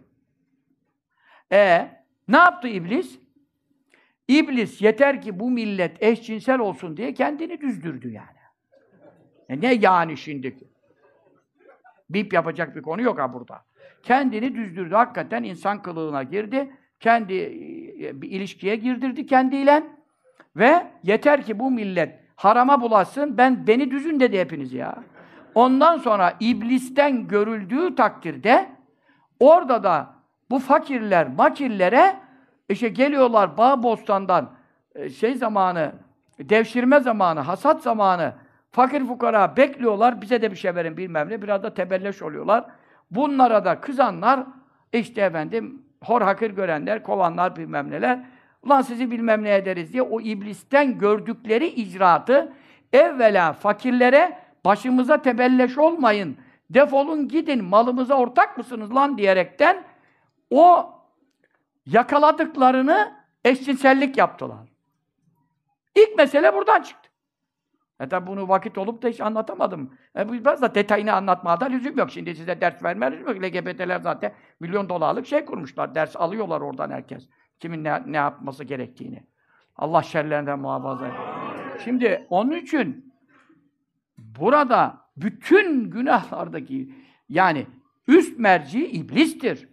Ne yaptı iblis? İblis yeter ki bu millet eşcinsel olsun diye kendini düzdürdü yani. Ne yani şimdiki? Bip yapacak bir konu yok ha burada. Kendini düzdürdü. Hakikaten insan kılığına girdi. Kendi bir ilişkiye girdirdi kendiyle. Ve yeter ki bu millet harama bulaşsın, beni düzün dedi hepiniz ya. Ondan sonra iblisten görüldüğü takdirde orada da bu fakirler, makirlere geliyorlar bağ bostandan zamanı, devşirme zamanı, hasat zamanı fakir fukara bekliyorlar, bize de bir şey verin bilmem ne, biraz da tebelleş oluyorlar. Bunlara da kızanlar, hor hakir görenler, kovanlar bilmem neler, ulan sizi bilmem ne ederiz diye o iblisten gördükleri icraatı evvela fakirlere başımıza tebelleş olmayın, defolun gidin, malımıza ortak mısınız lan diyerekten o yakaladıklarını eşcinsellik yaptılar. İlk mesele buradan çıktı. Tabi bunu vakit olup da hiç anlatamadım. Biraz da detayını anlatmaya da lüzum yok. Şimdi size ders vermeye lüzum yok. LGBT'ler zaten milyon dolarlık kurmuşlar. Ders alıyorlar oradan herkes. Kimin ne yapması gerektiğini. Allah şerlerinden muhafaza etsin. Şimdi onun için burada bütün günahlardaki yani üst merci iblistir.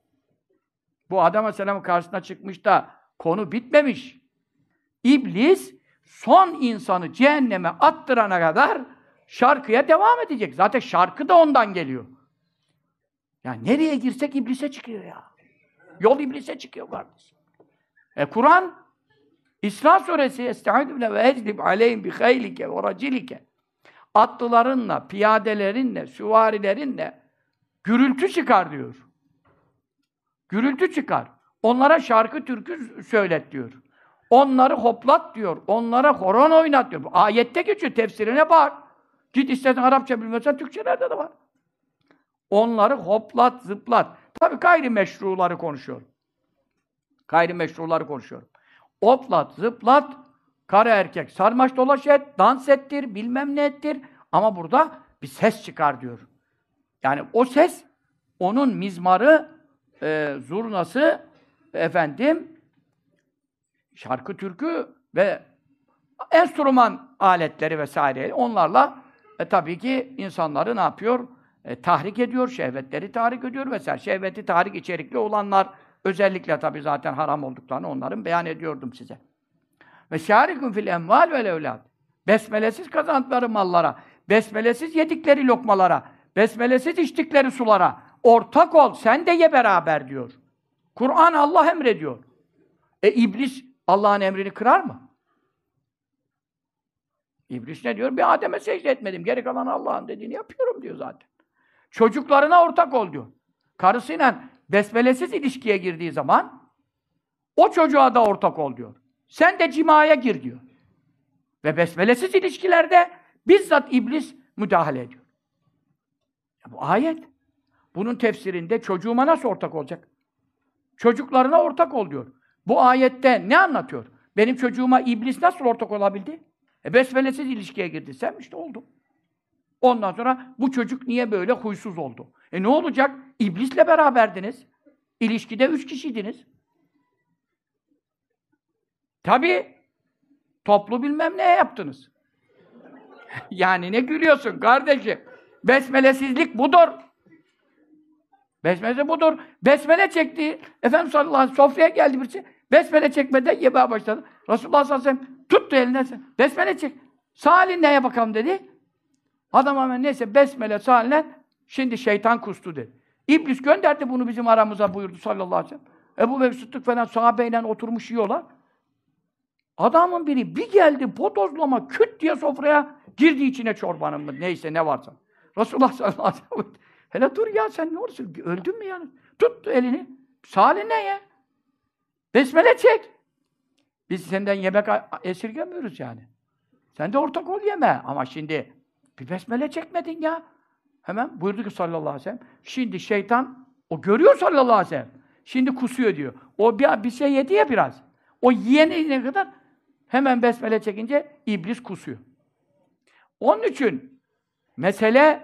Bu Adem Aleyhisselam'ın karşısına çıkmış da konu bitmemiş. İblis son insanı cehenneme attırana kadar şarkıya devam edecek. Zaten şarkı da ondan geliyor. Yani nereye girsek iblise çıkıyor ya. Yol iblise çıkıyor kardeşim. Kur'an İsra suresi Estaizu bile ve eclib aleyhim bi haylike ve racilike. Atlılarınla, piyadelerinle, süvarilerinle gürültü çıkar diyor. Gürültü çıkar. Onlara şarkı türkü söylet diyor. Onları hoplat diyor. Onlara horon oynat diyor. Ayette geçiyor. Tefsirine bak. Git istersen Arapça bilmiyorsan Türkçelerde de var. Onları hoplat, zıplat. Tabii gayrimeşruları konuşuyorum. Gayrimeşruları konuşuyorum. Hoplat, zıplat, karı erkek sarmaş dolaş et, dans ettir, bilmem ne ettir. Ama burada bir ses çıkar diyor. Yani o ses, onun mizmarı, zurnası, şarkı türkü ve enstrüman aletleri vesaire. Onlarla tabii ki insanları ne yapıyor? Tahrik ediyor, şehvetleri tahrik ediyor vesaire. Şehveti tahrik içerikli olanlar özellikle tabii zaten haram olduklarını onların beyan ediyordum size. Ve şârikûn fil emvâl vel evlâd. Besmelesiz kazandıkları mallara, besmelesiz yedikleri lokmalara, besmelesiz içtikleri sulara ortak ol, sen de ye beraber diyor. Kur'an Allah emrediyor. İblis Allah'ın emrini kırar mı? İblis ne diyor? Bir Adem'e secde etmedim. Geri kalan Allah'ın dediğini yapıyorum diyor zaten. Çocuklarına ortak ol diyor. Karısıyla besmelesiz ilişkiye girdiği zaman o çocuğa da ortak ol diyor. Sen de cimaya gir diyor. Ve besmelesiz ilişkilerde Bizzat iblis müdahale ediyor. Ya bu ayet. Bunun tefsirinde çocuğuma nasıl ortak olacak? Çocuklarına ortak ol diyor. Bu ayette ne anlatıyor? Benim çocuğuma iblis nasıl ortak olabildi? Besmelesiz ilişkiye girdi. Sen işte oldu. Ondan sonra bu çocuk niye böyle huysuz oldu? Ne olacak? İblisle beraberdiniz. İlişkide 3 kişiydiniz. Tabii toplu bilmem ne yaptınız. Yani ne gülüyorsun kardeşim? Besmelesizlik budur. Besmele budur. Besmele çekti. Efendimiz sallallahu aleyhi ve sellem sofraya geldi birisi. Besmele çekmeden yemeye başladı. Resulullah sallallahu aleyhi ve sellem tuttu elinden. Besmele çek. Sağ elin neye bakalım dedi. Adam hemen neyse besmele sağ eline şimdi şeytan kustu dedi. İblis gönderdi bunu bizim aramıza buyurdu sallallahu aleyhi ve sellem. Ebu Bekir Sıddık falan sahabeyle oturmuş yiyorlar. Adamın biri bir geldi bodozlama küt diye sofraya girdi içine çorbanın mı neyse ne varsa. Resulullah sallallahu aleyhi ve sellem hele dur ya sen ne olursun öldün mü yani? Tuttu elini. Sağ eline ye. Besmele çek. Biz senden yemek esirgemiyoruz yani. Sen de ortak ol yeme. Ama şimdi bir besmele çekmedin ya. Hemen buyurdu ki sallallahu aleyhi ve sellem. Şimdi şeytan, o görüyor sallallahu aleyhi ve sellem. Şimdi kusuyor diyor. O bir şey yedi ya biraz. O yiyene kadar hemen besmele çekince iblis kusuyor. Onun için mesele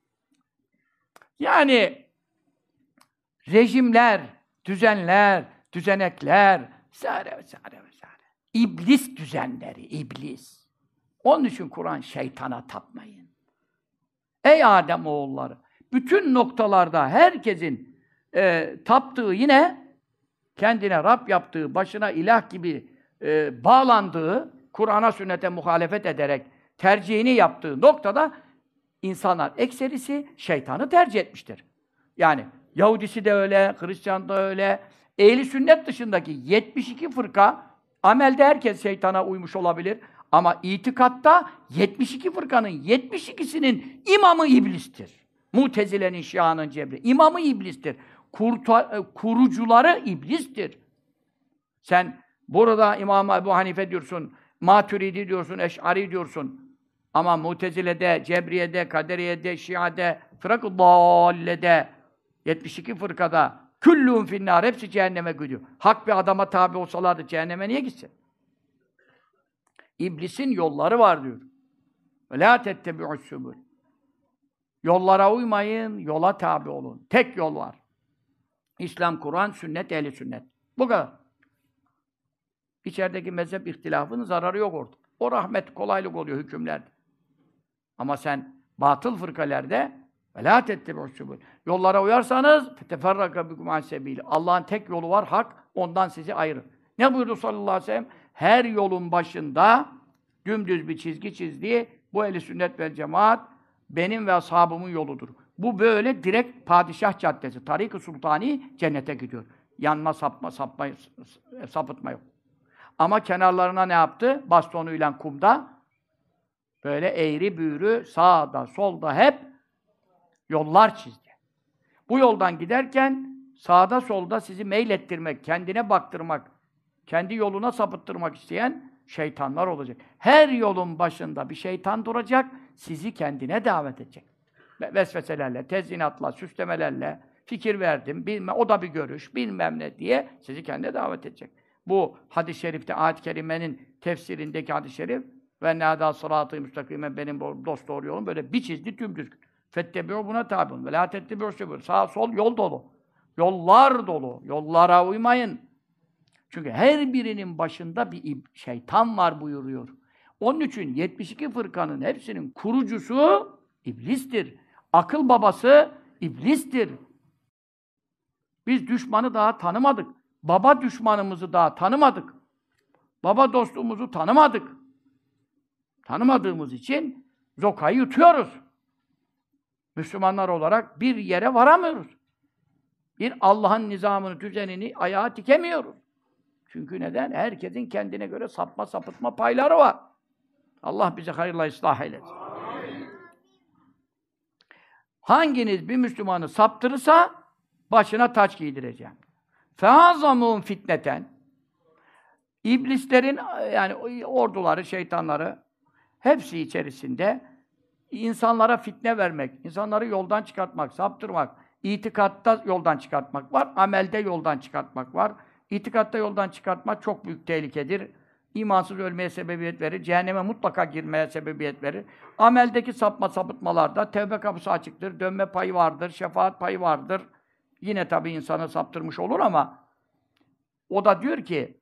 yani rejimler, düzenler, düzenekler vesaire vesaire vesaire. İblis düzenleri, iblis. Onun için Kur'an şeytana tapmayın. Ey Adem oğulları! Bütün noktalarda herkesin taptığı yine kendine Rab yaptığı, başına ilah gibi bağlandığı, Kur'an'a, sünnete muhalefet ederek tercihini yaptığı noktada insanlar ekserisi şeytanı tercih etmiştir. Yani Yahudisi de öyle, Hristiyan da öyle. Ehli sünnet dışındaki 72 fırka amelde herkes şeytana uymuş olabilir. Ama itikatta 72 fırkanın 72'sinin imamı iblistir. Mutezile'nin, Şia'nın, Cebri. İmamı iblistir. Kurucuları iblistir. Sen burada İmam Ebu Hanife diyorsun, Maturidi diyorsun, Eş'ari diyorsun. Ama Mutezile'de, Cebriye'de, Kaderiye'de, Şia'de, Fırak-ı Dâlle'de, 72 fırkada küllûn finnâr, hepsi cehenneme gidiyor. Hak bir adama tabi olsalardı cehenneme niye gitsin? İblisin yolları var diyor. وَلَا تَتَّبِعُ السُّبُلِ Yollara uymayın, yola tabi olun. Tek yol var. İslam, Kur'an, sünnet, ehli sünnet. Bu kadar. İçerideki mezhep ihtilafının zararı yok orada. O rahmet, kolaylık oluyor hükümlerde. Ama sen batıl fırkalerde وَلَا تَتَّبِعُ السُّبُلِ Yollara uyarsanız فَتَفَرَّقَ بِكُمْ عَنْ سَب۪يلِ Allah'ın tek yolu var, hak. Ondan sizi ayırır. Ne buyurdu sallallahu aleyhi ve sellem? Her yolun başında dümdüz bir çizgi çizdiği bu ehl-i sünnet vel cemaat benim ve ashabımın yoludur. Bu böyle direkt Padişah Caddesi, Tarik-ı Sultani cennete gidiyor. Yanma, sapıtma yok. Ama kenarlarına ne yaptı? Bastonuyla kumda böyle eğri büğrü sağda, solda hep yollar çizdi. Bu yoldan giderken sağda solda sizi meylettirmek, kendine baktırmak, kendi yoluna sapıttırmak isteyen şeytanlar olacak. Her yolun başında bir şeytan duracak, sizi kendine davet edecek. Vesveselerle, tezyinatla, süslemelerle, fikir verdim, bilmem, o da bir görüş, bilmem ne diye sizi kendine davet edecek. Bu hadis-i şerifte, ayet-i kerimenin tefsirindeki hadis-i şerif ve nâdâ sırâtı müstakîmen benim dost doğru yolum böyle bir çizdi tümdüz. Fettebi'u buna tabi olun. Ve lâ tettebi'u sübül. Sağ sol yol dolu. Yollar dolu. Yollara uymayın. Çünkü her birinin başında bir şeytan var buyuruyor. Onun için 72 fırkanın hepsinin kurucusu iblistir. Akıl babası iblistir. Biz düşmanı daha tanımadık. Baba düşmanımızı daha tanımadık. Baba dostluğumuzu tanımadık. Tanımadığımız için zokayı yutuyoruz. Müslümanlar olarak bir yere varamıyoruz. Bir Allah'ın nizamını, düzenini ayağa dikemiyoruz. Çünkü neden? Herkesin kendine göre sapma, sapıtma payları var. Allah bize hayırla ıslah eylesin. Hanginiz bir Müslümanı saptırırsa başına taç giydireceğim. فَاَعْظَمُهُمْ fitneten İblislerin, yani orduları, şeytanları hepsi içerisinde insanlara fitne vermek, insanları yoldan çıkartmak, saptırmak, itikatta yoldan çıkartmak var, amelde yoldan çıkartmak var. İtikatta yoldan çıkartmak çok büyük tehlikedir. İmansız ölmeye sebebiyet verir, cehenneme mutlaka girmeye sebebiyet verir. Ameldeki sapıtmalarda tevbe kapısı açıktır, dönme payı vardır, şefaat payı vardır. Yine tabii insanı saptırmış olur ama o da diyor ki,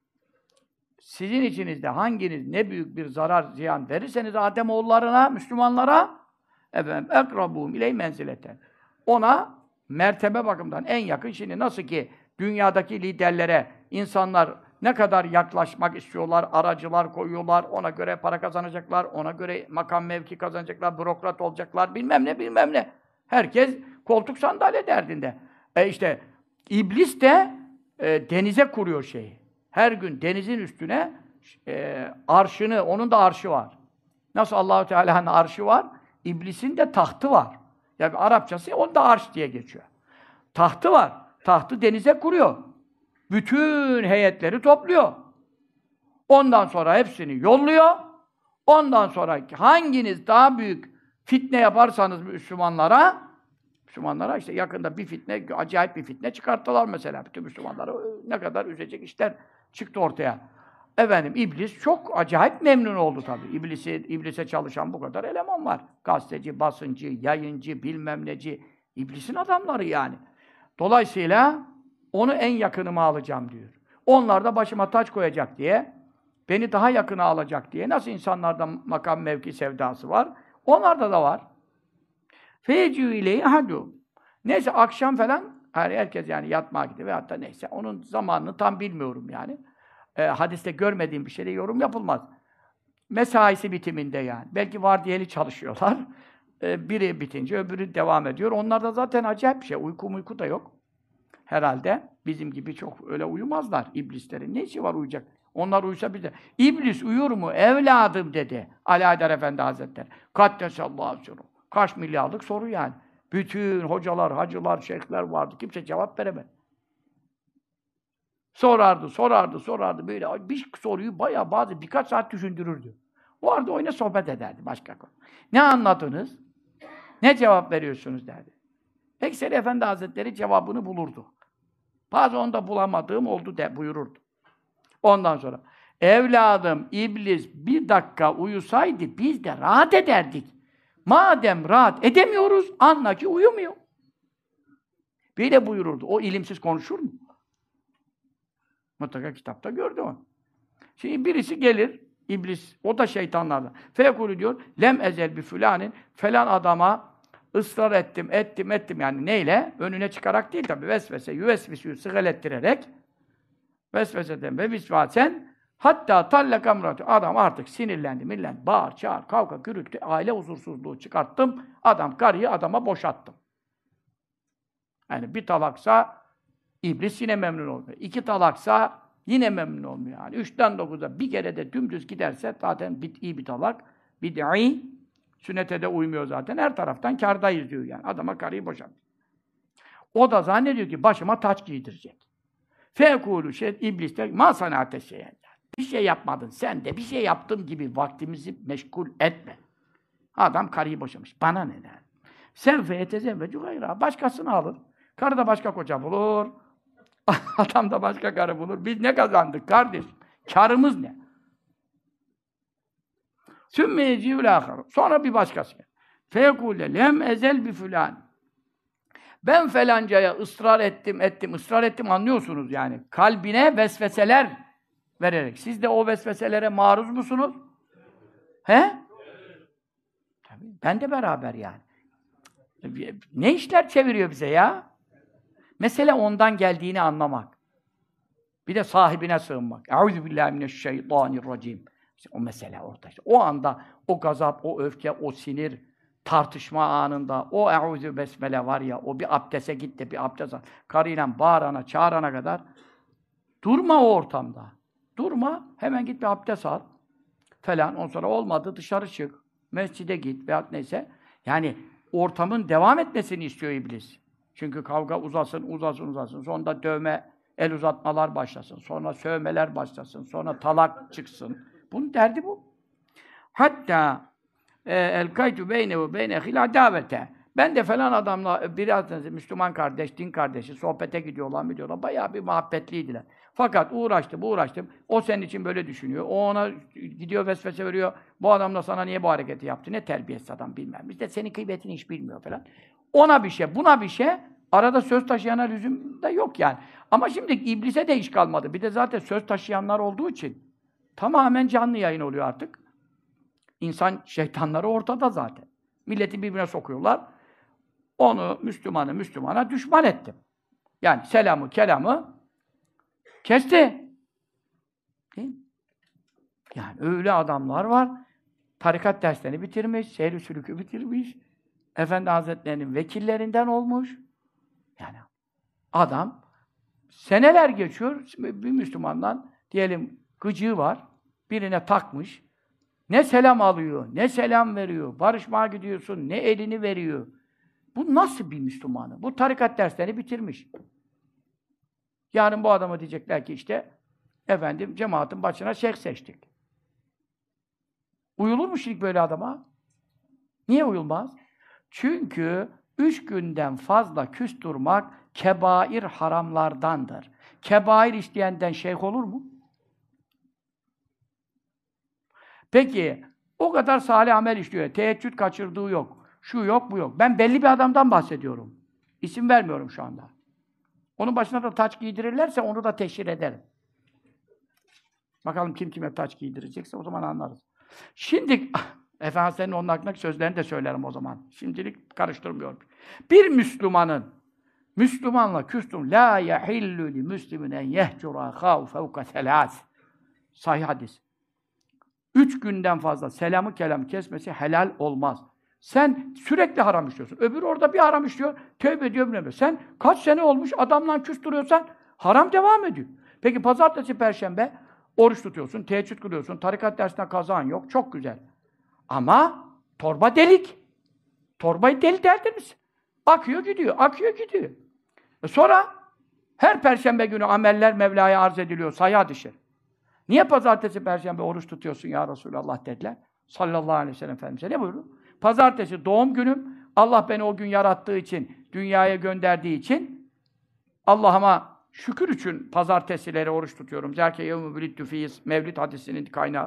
sizin içinizde hanginiz ne büyük bir zarar, ziyan verirseniz Ademoğullarına, Müslümanlara efendim ekrabûm iley menzileten. Ona mertebe bakımından en yakın. Şimdi nasıl ki dünyadaki liderlere insanlar ne kadar yaklaşmak istiyorlar, aracılar koyuyorlar, ona göre para kazanacaklar, ona göre makam mevki kazanacaklar, bürokrat olacaklar, bilmem ne, bilmem ne. Herkes koltuk sandalye derdinde. İşte iblis de denize kuruyor şeyi. Her gün denizin üstüne arşını, onun da arşı var. Nasıl Allah-u Teala'nın arşı var, iblisin de tahtı var. Yani Arapçası onda arş diye geçiyor. Tahtı var. Tahtı denize kuruyor. Bütün heyetleri topluyor. Ondan sonra hepsini yolluyor. Ondan sonra hanginiz daha büyük fitne yaparsanız Müslümanlara işte yakında bir fitne, acayip bir fitne çıkarttılar mesela. Bütün Müslümanları ne kadar üzecek işler çıktı ortaya. Efendim, iblis çok acayip memnun oldu tabii. İblise çalışan bu kadar eleman var. Gazeteci, basıncı, yayıncı, bilmem neci. İblisin adamları yani. Dolayısıyla onu en yakınıma alacağım diyor. Onlar da başıma taç koyacak diye, beni daha yakına alacak diye. Nasıl insanlarda makam mevki sevdası var? Onlarda da var. Feyecû ileyhi ahadû. Neyse akşam falan, herkes yani yatmaya gidiyor ve hatta neyse, onun zamanını tam bilmiyorum yani. Hadiste görmediğim bir şeyde yorum yapılmaz. Mesaisi bitiminde yani. Belki vardiyeli çalışıyorlar. Biri bitince öbürü devam ediyor. Onlarda zaten acayip bir şey. Uyku da yok. Herhalde bizim gibi çok öyle uyumazlar iblislerin. Ne işi var uyuyacak? Onlar uyusa bir de. İblis uyur mu evladım dedi Ali Haydar Efendi Hazretleri. Kaddesallahu sirruh. Kaç milyarlık soru yani. Bütün hocalar, hacılar, şeyhler vardı. Kimse cevap veremedi. Sorardı. Böyle bir soruyu bayağı birkaç saat düşündürürdü. O arada oyuna sohbet ederdi başka konu. Ne anladınız? Ne cevap veriyorsunuz derdi. Ekseri Efendi Hazretleri cevabını bulurdu. Bazı onda bulamadığım oldu buyururdu. Ondan sonra evladım iblis bir dakika uyusaydı biz de rahat ederdik. Madem rahat edemiyoruz anla ki uyumuyor. Böyle buyururdu. O ilimsiz konuşur mu? Mutlaka kitapta gördü o. Şimdi birisi gelir, iblis, o da şeytanlardan. Fekulü diyor, lem ezel bi fulanin, falan adama ısrar ettim yani neyle? Önüne çıkarak değil tabi, vesvese, yüvesvisü sıgal ettirerek, vesveseden ve visvasen, hatta tallaka muratu. Adam artık sinirlendi, bağır, çağır, kavga, gürültü, aile huzursuzluğu çıkarttım, karıyı adama boşattım. Yani bir talaksa, İblis yine memnun olmuyor. 2 talaksa yine memnun olmuyor. Yani 3'ten 9'a bir kere de dümdüz giderse zaten iyi bir talak. Bid'i, sünnete de uymuyor zaten. Her taraftan kârdayız diyor yani. Adama karıyı boşattı. O da zannediyor ki başıma taç giydirecek. Fekûlü iblis de mâ sanâte şeyen. Bir şey yapmadın. Sen de bir şey yaptım gibi vaktimizi meşgul etme. Adam karıyı boşamış. Bana ne der? Sevfe yetezevvecü gayra. Başkasını alır. Karı da başka koca bulur. Adam da başka karı bulur. Biz ne kazandık kardeş? Kârımız ne? Sümme yecî'ül âkhar. Sonra bir başkası. Fekûle lem ezel bi fulân. Ben felancaya ısrar ettim anlıyorsunuz yani. Kalbine vesveseler vererek. Siz de o vesveselere maruz musunuz? He? Tabii. Ben de beraber yani. Ne işler çeviriyor bize ya? Mesele ondan geldiğini anlamak. Bir de sahibine sığınmak. Euzubillahimineşşeytanirracim. İşte o mesele orada. İşte o anda o gazap, o öfke, o sinir, tartışma anında o eûzü besmele var ya, o bir abdese git de bir abdest al. Karıyla bağırana, çağırana kadar durma o ortamda. Durma, hemen git bir abdest al falan. Ondan sonra olmadı dışarı çık, mescide git veyahut neyse. Yani ortamın devam etmesini istiyor iblis. Çünkü kavga uzasın. Sonra dövme, el uzatmalar başlasın. Sonra sövmeler başlasın. Sonra talak çıksın. Bunun derdi bu. Hatta elkaytu beyne ve beyne hil davete. Ben de falan adamla biraz Müslüman kardeş, din kardeşi sohbete gidiyorlar mı diyorlar. Bayağı bir muhabbetliydiler. Fakat uğraştım. O senin için böyle düşünüyor. O ona gidiyor vesvese veriyor. Bu adam da sana niye bu hareketi yaptı? Ne terbiyesiz adam bilmem. İşte senin kıymetini hiç bilmiyor falan. Ona bir şey, buna bir şey. Arada söz taşıyana lüzum da yok yani. Ama şimdi iblise de iş kalmadı. Bir de zaten söz taşıyanlar olduğu için tamamen canlı yayın oluyor artık. İnsan şeytanları ortada zaten. Milleti birbirine sokuyorlar. Onu Müslümana düşman ettim. Yani selamı, kelamı kesti. Değil mi? Yani öyle adamlar var. Tarikat derslerini bitirmiş, seyr-i sülükü bitirmiş. Efendi Hazretleri'nin vekillerinden olmuş. Yani adam seneler geçiyor. Bir Müslümandan diyelim gıcığı var. Birine takmış. Ne selam alıyor, ne selam veriyor. Barışmaya gidiyorsun, ne elini veriyor. Bu nasıl bir Müslümanı? Bu tarikat derslerini bitirmiş. Yarın bu adama diyecekler ki işte efendim cemaatin başına şeyh seçtik. Uyulur mu şimdi böyle adama? Niye uyulmaz? Çünkü 3 günden fazla küs durmak kebair haramlardandır. Kebair işleyenden şeyh olur mu? Peki, o kadar salih amel işliyor. Teheccüd kaçırdığı yok. Şu yok, bu yok. Ben belli bir adamdan bahsediyorum. İsim vermiyorum şu anda. Onun başına da taç giydirirlerse onu da teşhir ederim. Bakalım kim kime taç giydirecekse o zaman anlarız. Şimdi, Efendimiz'in onun hakkındaki sözlerini de söylerim o zaman. Şimdilik karıştırmıyorum. Bir Müslümanla küstüm. La yahillu li müslimin en yehcura khâhu fevka selâs. Sahih hadis. 3 günden fazla selamı kelamı kesmesi helal olmaz. Sen sürekli haram işliyorsun. Öbürü orada bir haram işliyor, tövbe ediyor bilmem. Sen kaç sene olmuş adamla küs duruyorsan haram devam ediyor. Peki pazartesi, perşembe oruç tutuyorsun, teheccüd kılıyorsun, tarikat dersine kazan yok, çok güzel. Ama torba delik. Torbayı deli derdir misin? Akıyor gidiyor, akıyor gidiyor. Sonra her perşembe günü ameller Mevla'ya arz ediliyor, sayı hadis-i. Niye pazartesi, perşembe oruç tutuyorsun ya Resulallah dediler. Sallallahu aleyhi ve sellem Efendimiz'e ne buyurdu? Pazartesi doğum günüm, Allah beni o gün yarattığı için, dünyaya gönderdiği için Allah'ıma şükür için pazartesileri oruç tutuyorum. Zâke yevmü bülittü fîz, Mevlid hadisinin kaynağı.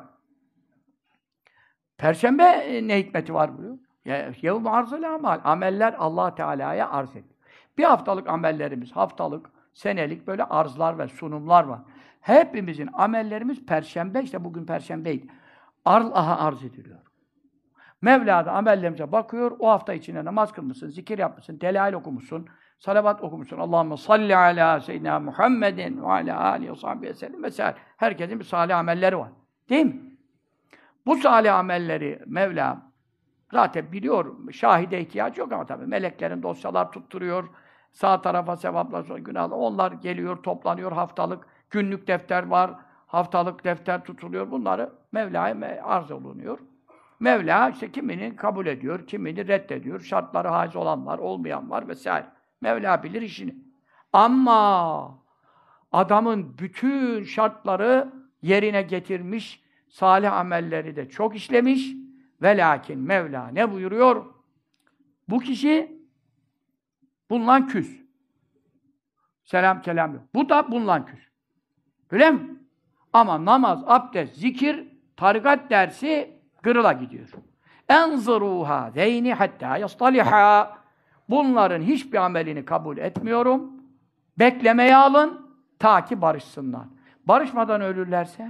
Perşembe ne hikmeti var buyuruyor? Yevmü arzı amal. Ameller Allah Teala'ya arz ediyor. Bir haftalık amellerimiz, haftalık, senelik böyle arzlar ve sunumlar var. Hepimizin amellerimiz perşembe, işte bugün perşembeydi. Allah'a arz ediliyor. Mevla da amellerimize bakıyor, o hafta içinde namaz kılmışsın, zikir yapmışsın, delail okumuşsun, salavat okumuşsun. Allahümme salli ala seyyidina Muhammedin ve ala aleyhi ve sahbihi sellem vesaire. Herkesin bir salih amelleri var. Değil mi? Bu salih amelleri Mevla zaten biliyor, şahide ihtiyaç yok ama tabii meleklerin dosyalar tutturuyor, sağ tarafa sevaplar, günahlar, onlar geliyor, toplanıyor haftalık, günlük defter var, haftalık defter tutuluyor, bunları Mevla'ya arz olunuyor. Mevla işte kimini kabul ediyor, kimini reddediyor, şartları haiz olan var, olmayan var vesaire. Mevla bilir işini. Ama adamın bütün şartları yerine getirmiş, salih amelleri de çok işlemiş. Ve lakin Mevla ne buyuruyor? Bu kişi bununla küs. Selam kelam yok. Bu da bununla küs. Öyle mi? Ama namaz, abdest, zikir, tarikat dersi gırıla gidiyor. Enziruha zeyni hatta yastaliha. Bunların hiçbir amelini kabul etmiyorum. Beklemeye alın ta ki barışsınlar. Barışmadan ölürlerse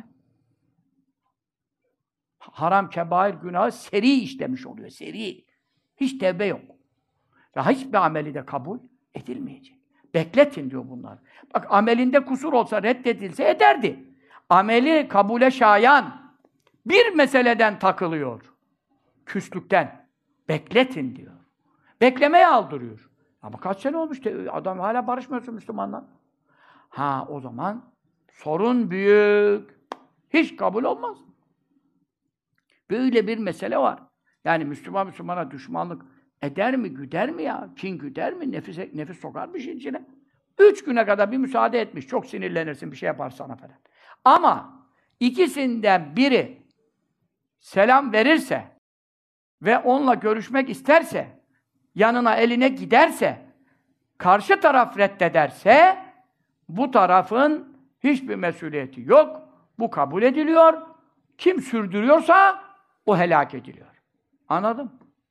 haram, kebair, günahı seri işlemiş oluyor, seri. Hiç tevbe yok. Ve hiçbir ameli de kabul edilmeyecek. Bekletin diyor bunlar. Bak amelinde kusur olsa reddedilse ederdi. Ameli kabule şayan bir meseleden takılıyor. Küslükten. Bekletin diyor. Beklemeye aldırıyor. Ama kaç sene olmuş adam hala barışmıyorsun Müslümanla. Ha o zaman sorun büyük. Hiç kabul olmaz. Böyle bir mesele var. Yani Müslümana düşmanlık eder mi, güder mi ya? Kin güder mi? Nefis sokar mı işin içine? 3 güne kadar bir müsaade etmiş. Çok sinirlenirsin, bir şey yapar sana falan. Ama ikisinden biri selam verirse, ve onunla görüşmek isterse, yanına eline giderse, karşı taraf reddederse, bu tarafın hiçbir mesuliyeti yok. Bu kabul ediliyor. Kim sürdürüyorsa o helak ediliyor. Anladın?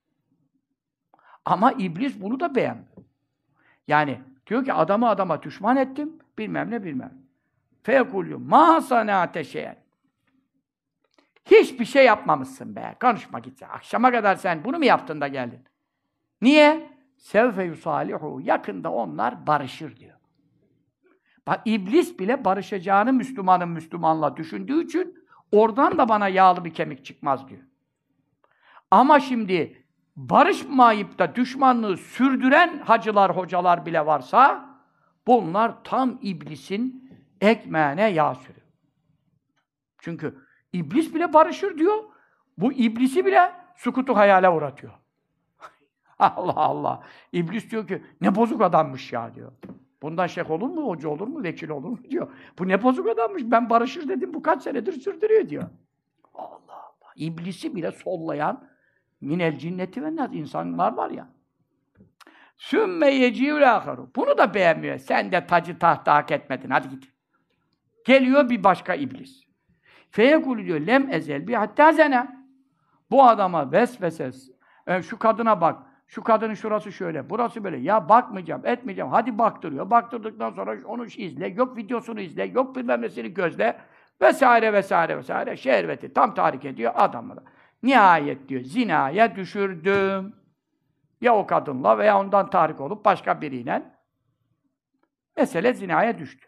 Ama iblis bunu da beğenmiyor. Yani diyor ki adamı adama düşman ettim, bilmem ne bilmem. Feyekulü mâ sanâte şeyen. Hiçbir şey yapmamışsın be. Konuşma git. Akşama kadar sen bunu mu yaptın da geldin? Niye? Sevfe yusalihu. Yakında onlar barışır diyor. Bak iblis bile barışacağını Müslümanın Müslümanla düşündüğü için oradan da bana yağlı bir kemik çıkmaz diyor. Ama şimdi barışmayıp da düşmanlığı sürdüren hacılar, hocalar bile varsa bunlar tam iblisin ekmeğine yağ sürüyor. Çünkü iblis bile barışır diyor. Bu iblisi bile sukutu hayale uğratıyor. Allah Allah! İblis diyor ki, ne bozuk adammış ya diyor. Bundan şeyh olur mu, hoca olur mu, vekil olur mu diyor. Bu ne bozuk adammış, ben barışır dedim, bu kaç senedir sürdürüyor diyor. Allah Allah! İblisi bile sollayan minel cinneti ve nas insanlar var ya. Sümme yecîül âkharu. Bunu da beğenmiyor. Sen de tacı tahtı hak etmedin, hadi git. Geliyor bir başka iblis. Feyekûlü diyor, lem ezel bi hattâ zena. Bu adama vesvese, şu kadına bak, şu kadının şurası şöyle, burası böyle. Ya bakmayacağım, etmeyeceğim. Hadi baktırıyor. Baktırdıktan sonra onu izle, yok videosunu izle, yok bilmem nesini gözle vesaire vesaire vesaire. Şehveti tam tahrik ediyor adamı da. Nihayet diyor, zinaya düşürdüm. Ya o kadınla veya ondan tahrik olup başka biriyle. Mesele zinaya düştü.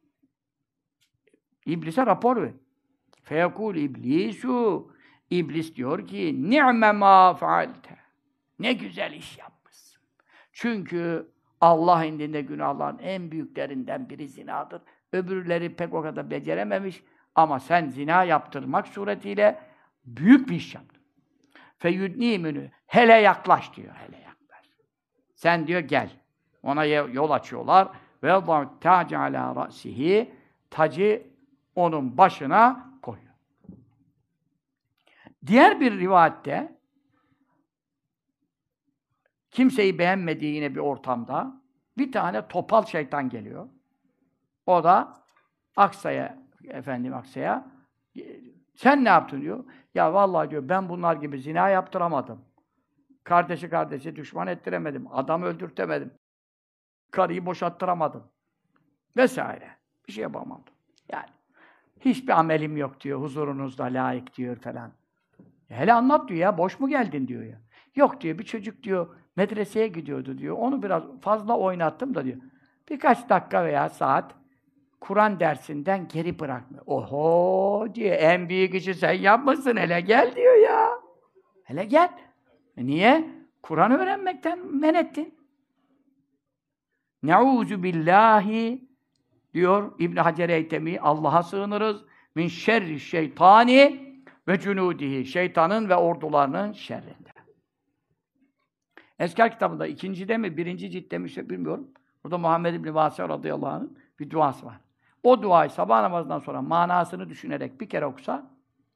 İblise rapor ver. Feyekûl iblisu. İblis diyor ki, ni'me mâ faalte. Ne güzel iş yapmışsın. Çünkü Allah indinde günahların en büyüklerinden biri zinadır. Öbürleri pek o kadar becerememiş ama sen zina yaptırmak suretiyle büyük bir iş yaptın. Feyudnîmünü. Hele yaklaş diyor, hele yaklaş. Sen diyor gel. Ona yol açıyorlar. Ve ta'ce alâ ra'sihi. Tacı onun başına koyuyor. Diğer bir rivayette kimseyi beğenmediği yine bir ortamda bir tane topal şeytan geliyor. O da Aksa'ya, Aksa'ya sen ne yaptın diyor. Ya vallahi diyor ben bunlar gibi zina yaptıramadım. Kardeşi düşman ettiremedim. Adam öldürtemedim. Karıyı boşattıramadım. Vesaire. Bir şey yapamadım. Yani hiçbir amelim yok diyor. Huzurunuzda layık diyor falan. Hele anlat diyor ya. Boş mu geldin diyor ya. Yok diyor. Bir çocuk diyor medreseye gidiyordu diyor. Onu biraz fazla oynattım da diyor. Birkaç dakika veya saat Kur'an dersinden geri bırakmıyor. Oho diyor. En büyük işi sen yapmışsın. Hele gel diyor ya. Hele gel. Niye? Kur'an öğrenmekten men ettin. Ne'ûzu billahi diyor İbn Hacer Eytemi, Allah'a sığınırız min şerri şeytani ve cunudihi. Şeytanın ve ordularının şerrinde. Ezkar kitabında ikincide mi, birinci ciltte mi bilmiyorum. Burada Muhammed İbn Vâsi radıyallahu anh'ın bir duası var. O duayı sabah namazından sonra manasını düşünerek bir kere okusa,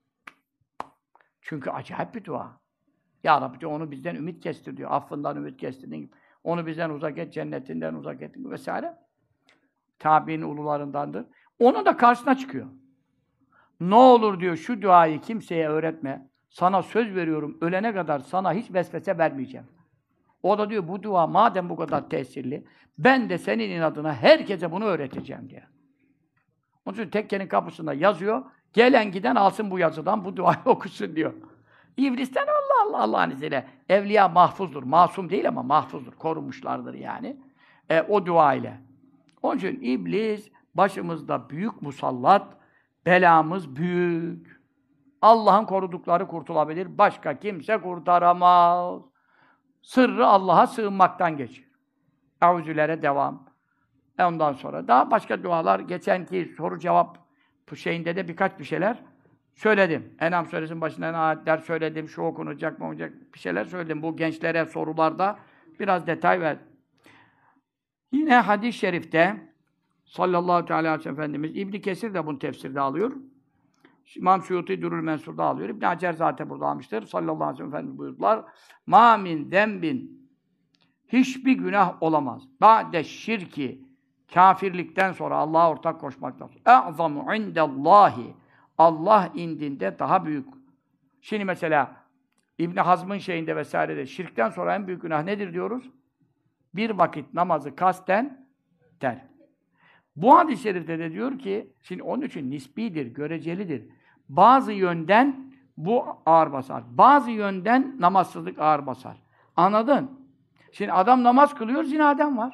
çünkü acayip bir dua. Ya Rabbi diyor, onu bizden ümit kestir diyor. Affından ümit kestirdin. Onu bizden uzak et, cennetinden uzak et vesaire. Tabi'nin ulularındandır. Onun da karşısına çıkıyor. Ne olur diyor, şu duayı kimseye öğretme. Sana söz veriyorum, ölene kadar sana hiç vesvese vermeyeceğim. O da diyor, bu dua madem bu kadar tesirli, ben de senin inadına herkese bunu öğreteceğim diyor. Onun için tekkenin kapısında yazıyor, gelen giden alsın bu yazıdan, bu duayı okusun diyor. İblisten Allah'ın izniyle. Evliya mahfuzdur. Masum değil ama mahfuzdur. Korunmuşlardır yani. O dua ile. Onun için iblis başımızda büyük musallat, belamız büyük. Allah'ın korudukları kurtulabilir. Başka kimse kurtaramaz. Sırrı Allah'a sığınmaktan geçiyor. Euzülere devam. Ondan sonra daha başka dualar, geçenki soru cevap şeyinde de birkaç bir şeyler söyledim. En'am suresinin başından ayetler söyledim. Şu okunacak mı olacak bir şeyler söyledim. Bu gençlere sorularda biraz detay ver. Yine hadis-i şerifte sallallahu aleyhi ve sellem Efendimiz İbn Kesir de bunu tefsirde alıyor. İmam Suyuti Dürrül Mensur'da alıyor. İbn Hacer zaten burada almıştır. Sallallahu aleyhi ve sellem Efendimiz buyurdular. Ma min zembin, hiçbir günah olamaz. Ba'de şirki, kafirlikten sonra Allah'a ortak koşmaktan sonra. E'zamu indellahi, Allah indinde daha büyük. Şimdi mesela İbn Hazm'ın şeyinde vesairede şirkten sonra en büyük günah nedir diyoruz? Bir vakit namazı kasten terk. Bu hadis-i şerifte de diyor ki, şimdi onun için nisbidir, görecelidir. Bazı yönden bu ağır basar. Bazı yönden namazsızlık ağır basar. Anladın? Şimdi adam namaz kılıyor, zinaden var.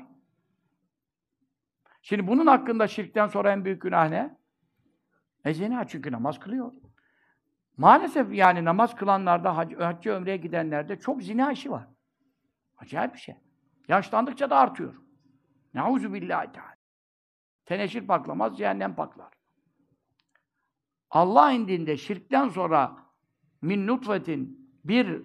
Şimdi bunun hakkında şirkten sonra en büyük günah ne? Zina, çünkü namaz kılıyor. Maalesef yani namaz kılanlarda, hacca ömreye gidenlerde çok zina işi var. Acayip bir şey. Yaşlandıkça da artıyor. Nauzubillahi teala. Teneşir paklamaz, cehennem paklar. Allah indinde şirkten sonra min nutfetin bir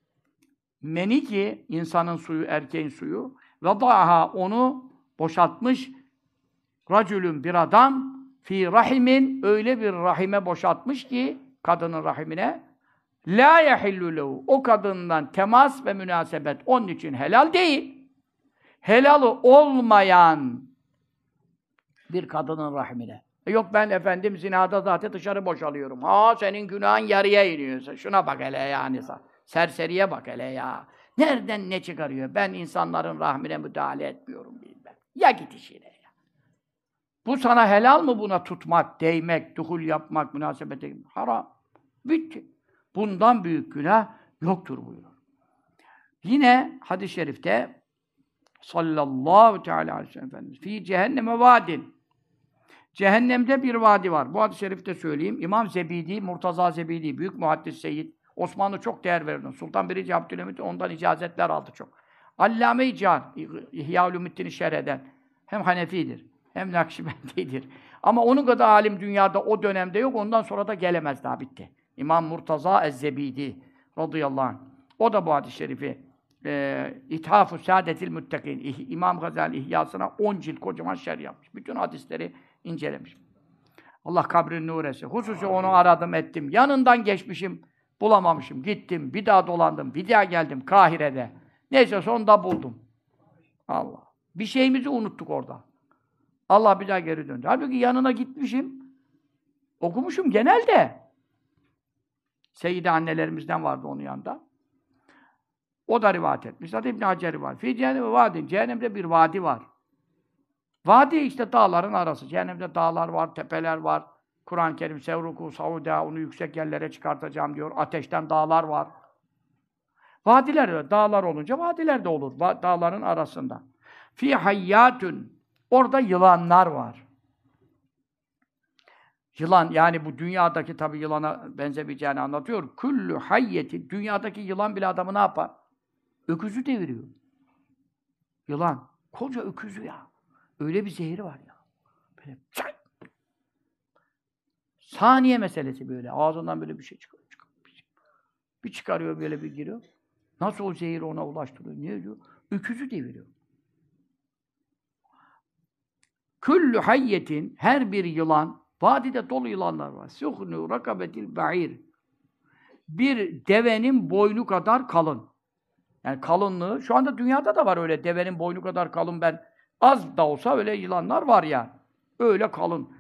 meni ki insanın suyu, erkeğin suyu ve daha onu boşaltmış racülün bir adam fi rahimin öyle bir rahime boşaltmış ki kadının rahimine la yahillu lehu o kadından temas ve münasebet onun için helal değil. Helalı olmayan bir kadının rahimine. Yok ben efendim zinada zaten dışarı boşalıyorum. Ha senin günahın yarıya iniyor. Şuna bak hele yani. Serseriye bak hele ya. Nereden ne çıkarıyor? Ben insanların rahmine müdahale etmiyorum diyeyim ben. Ya git işine ya. Bu sana helal mı buna tutmak, değmek, duhul yapmak, münasebete girmek? Haram. Bitti. Bundan büyük günah yoktur buyuruyor. Yine hadis-i şerifte sallallahu teala aleyhi ve sellem Efendimiz fi cehenneme vadin. Cehennemde bir vadi var. Bu hadis-i şerifte söyleyeyim. İmam Zebidi, Murtaza Zebidi, büyük muhaddis Seyyid. Osmanlı çok değer verirdi. Sultan 1. Abdülhamit ondan icazetler aldı çok. Allame-i Cihan, İhya-ül-Ümmettin'i şerh eden. Hem Hanefidir, hem Nakşibendidir. Ama onun kadar alim dünyada o dönemde yok. Ondan sonra da gelemez daha bitti. İmam Murtaza Ez-Zebidi radıyallahu anh. O da bu hadis-i şerifi İthaf-ı Saadetil Müttakîn İmam Gazali İhyasına 10 cilt kocaman şerh yapmış. Bütün hadisleri incelemiş. Allah kabrini nur etsin. Hususi onu aradım ettim. Yanından geçmişim, bulamamışım. Gittim, bir daha dolandım, bir daha geldim Kahire'de. Neyse sonunda buldum. Allah. Bir şeyimizi unuttuk orada. Allah bir daha geri döndü. Halbuki yanına gitmişim. Okumuşum genelde. Seyyide annelerimizden vardı onun yanında. O da rivayet etmiş. Zaten İbn Hacer rivayet. Fi cehenneme vadin. Cehennemde bir vadi var. Vadi işte dağların arası. Cehennemde dağlar var, tepeler var. Kur'an-ı Kerim sevruku sauda onu yüksek yerlere çıkartacağım diyor. Ateşten dağlar var. Vadiler, dağlar olunca vadiler de olur. Dağların arasında. Fi hayyatun. Orada yılanlar var. Yılan, yani bu dünyadaki tabi yılana benzemeyeceğini anlatıyor. Küllü hayyeti. Dünyadaki yılan bile adamı ne yapar? Öküzü deviriyor. Yılan. Koca öküzü ya. Öyle bir zehri var ya. Böyle çay. Saniye meselesi böyle. Ağzından böyle bir şey çıkıyor. Bir çıkarıyor böyle bir giriyor. Nasıl o zehri ona ulaştırıyor? Ne diyor? Öküzü deviriyor. Küllü hayyetin, her bir yılan, vadide dolu yılanlar var. Suhnu rakabetil ba'ir. Bir devenin boynu kadar kalın. Yani kalınlığı, şu anda dünyada da var öyle devenin boynu kadar kalın ben. Az da olsa öyle yılanlar var ya. Öyle kalın.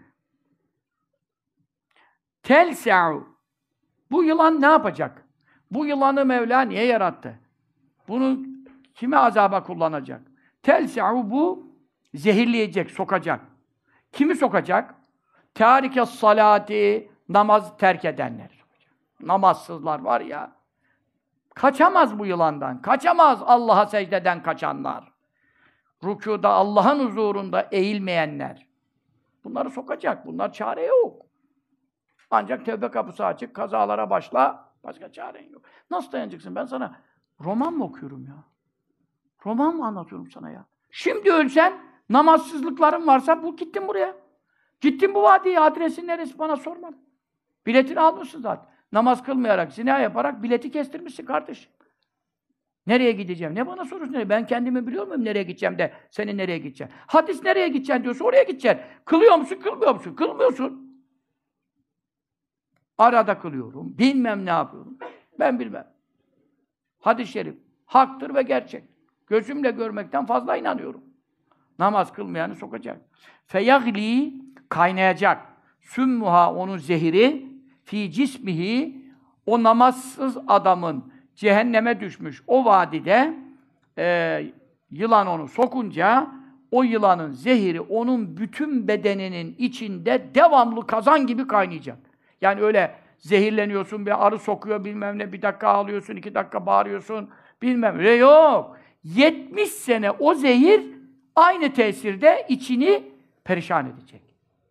Telsa'u. Bu yılan ne yapacak? Bu yılanı Mevla niye yarattı? Bunu kime azaba kullanacak? Telsa'u bu zehirleyecek, sokacak. Kimi sokacak? Târike salati, namaz terk edenler. Namazsızlar var ya. Kaçamaz bu yılandan. Kaçamaz Allah'a secdeden kaçanlar. Rükûda Allah'ın huzurunda eğilmeyenler. Bunları sokacak. Bunlar çare yok. Ancak tevbe kapısı açık, kazalara başla. Başka çaren yok. Nasıl dayanacaksın? Ben sana roman mı okuyorum ya? Roman mı anlatıyorum sana ya? Şimdi ölsen, namazsızlıkların varsa gittin buraya. Gittin bu vadiye, adresin neresi bana sormadın. Biletini almışsın zaten. Namaz kılmayarak, zina yaparak bileti kestirmişsin kardeşim. Nereye gideceğim? Ne bana soruyorsun? Nereye? Ben kendimi biliyor muyum nereye gideceğim de senin nereye gideceksin? Hadis nereye gideceksin diyorsa oraya gideceksin. Kılıyor musun, kılmıyor musun? Kılmıyorsun. arada kılıyorum, bilmem ne yapıyorum. Ben bilmem. Hadis-i şerif haktır ve gerçek. Gözümle görmekten fazla inanıyorum. Namaz kılmayanı sokacak. Feyagli kaynayacak. Sümmuha onun zehiri fi cismihi o namazsız adamın cehenneme düşmüş o vadide yılan onu sokunca o yılanın zehiri onun bütün bedeninin içinde devamlı kazan gibi kaynayacak. Yani öyle zehirleniyorsun, bir arı sokuyor bilmem ne, bir dakika ağlıyorsun, 2 dakika bağırıyorsun, bilmem öyle yok. 70 sene o zehir aynı tesirde içini perişan edecek.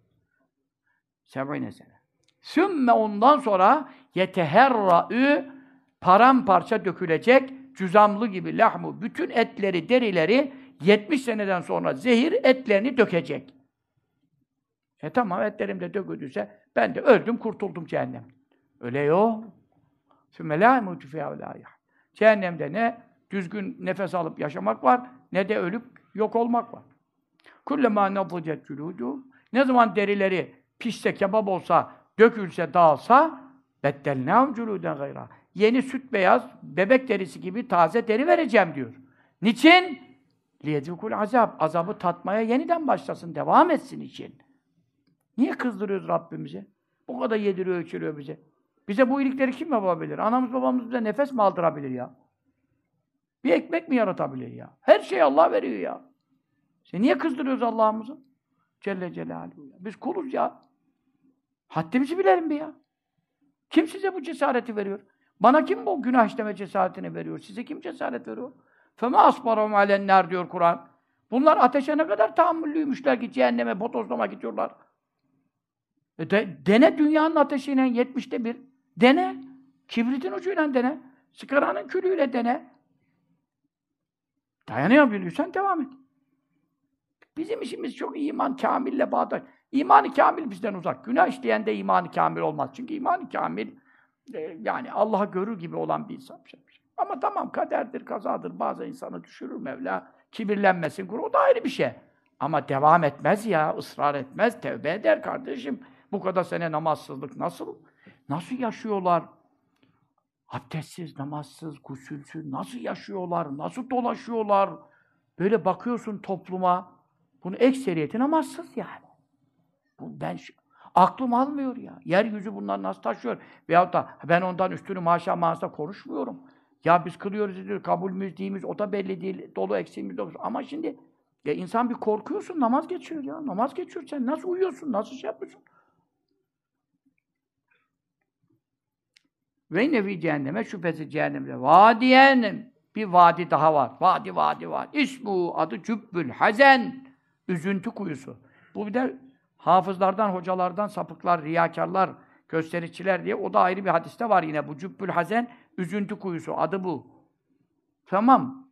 70 sene. Sümme ondan sonra yeteherra'ü paramparça dökülecek, cüzamlı gibi lahmu, bütün etleri, derileri 70 seneden sonra zehir etlerini dökecek. Tamam, etlerim de döküldüyse ben de öldüm, kurtuldum cehennem. Öyle yok. Sümme lâ emûtü fîhâ ve lâ yahya. Cehennemde ne düzgün nefes alıp yaşamak var, ne de ölüp yok olmak var. Kullemâ nadıcet cülûdû. Ne zaman derileri pişse, kebap olsa, dökülse, dağılsa beddelnâhum cülûden gayrâ. Yeni süt beyaz, bebek derisi gibi taze deri vereceğim diyor. Niçin? Liyedûkul azab. Azabı tatmaya yeniden başlasın, devam etsin için. Niye kızdırıyoruz Rabbimizi? Bu kadar yediriyor, içiriyor bize. Bize bu iyilikleri kim yapabilir? Anamız babamız bize nefes mi aldırabilir ya? Bir ekmek mi yaratabilir ya? Her şeyi Allah veriyor ya. Niye kızdırıyoruz Allah'ımızı? Celle Celaluhu ya. Biz kuluz ya. Haddimizi bilelim bir ya. Kim size bu cesareti veriyor? Bana kim bu günah işleme cesaretini veriyor? Size kim cesaret veriyor? فَمَا أَصْبَرَهُمْ عَلَى النَّارِ diyor Kur'an. Bunlar ateşe ne kadar tahammüllüymüşler ki cehenneme, botozlama gidiyorlar. Dene dünyanın ateşiyle 70'te 1. Dene. Kibritin ucuyla dene. Sigaranın külüyle dene. Dayanabiliyorsan devam et. Bizim işimiz çok iman kamille bağdaş. İman-ı kamil bizden uzak. Günah işleyen de iman-ı kamil olmaz. Çünkü iman-ı kamil yani Allah'ı görür gibi olan bir insan. Ama tamam, kaderdir, kazadır. Bazı insanı düşürür Mevla. Kibirlenmesin, o da ayrı bir şey. Ama devam etmez ya, ısrar etmez, tevbe eder kardeşim. Bu kadar sene namazsızlık nasıl yaşıyorlar? Abdestsiz, namazsız, gusülsüz nasıl yaşıyorlar? Nasıl dolaşıyorlar? Böyle bakıyorsun topluma. Bunun ekseriyeti namazsız yani. Aklım almıyor ya. Yeryüzü bunlar nasıl taşıyor? Veyahut da ben ondan üstünü maşa manasında konuşmuyorum. Ya biz kılıyoruz, ediyoruz, kabulümüz, değilimiz, o da belli değil, dolu eksiğimiz de olur. Ama şimdi insan bir korkuyorsun, namaz geçiyor ya. Namaz geçiyor, sen nasıl uyuyorsun, nasıl şey yapıyorsun? Ve nevi cehenneme, şüphesiz cehennemde vadiyen, bir vadi daha var. Vadi. İsmu adı Cübbül Hazen. Üzüntü kuyusu. Bu bir de hafızlardan, hocalardan, sapıklar, riyakârlar, göstericiler diye o da ayrı bir hadiste var yine. Bu Cübbül Hazen, üzüntü kuyusu. Adı bu. Tamam.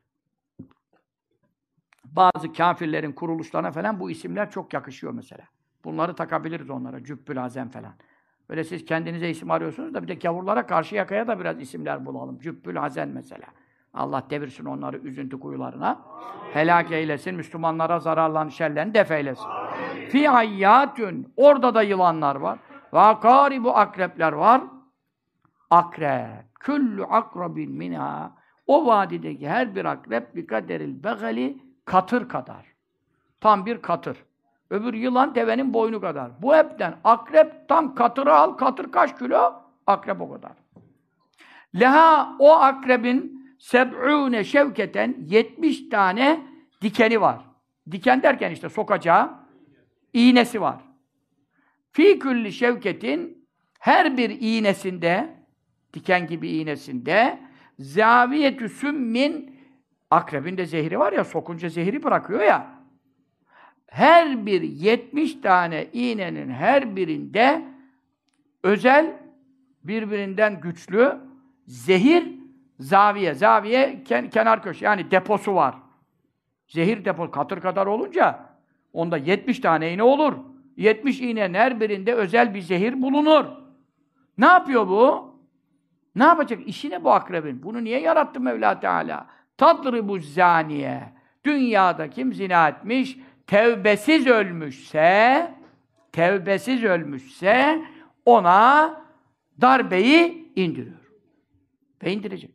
Bazı kâfirlerin kuruluşlarına falan bu isimler çok yakışıyor mesela. Bunları takabiliriz onlara. Cübbül Hazen falan. Böyle siz kendinize isim arıyorsunuz da bir de gavurlara karşı yakaya da biraz isimler bulalım. Cübbül Hazen mesela. Allah devirsin onları üzüntü kuyularına. Helak eylesin, Müslümanlara zararlan şerlerini def eylesin. Fî hayyâtün. Orada da yılanlar var. Ve akâribu akrepler var. Akrep. Küllü akrabin minhâ. O vadideki her bir akrep bir kaderil begali katır kadar. Tam bir katır. Öbür yılan devenin boynu kadar. Bu hepten akrep tam katırı al. Katır kaç kilo? Akrep o kadar. Leha o akrebin seb'ûne şevketen 70 tane dikeni var. Diken derken işte sokacağı iğnesi var. Fî külli şevketin her bir iğnesinde, diken gibi iğnesinde zâviyetü sümmin, akrebin de zehri var ya, sokunca zehri bırakıyor ya. Her bir 70 tane iğnenin her birinde özel, birbirinden güçlü zehir, zaviye, kenar köşe, yani deposu var. Zehir deposu, katır kadar olunca onda 70 tane iğne olur. 70 iğnenin her birinde özel bir zehir bulunur. Ne yapıyor bu? Ne yapacak? İşi ne bu akrebin? Bunu niye yarattı Mevla Teala? Tadribu zaniye. Dünyada kim zina etmiş, tevbesiz ölmüşse ona darbeyi indiriyor. Ve indirecek.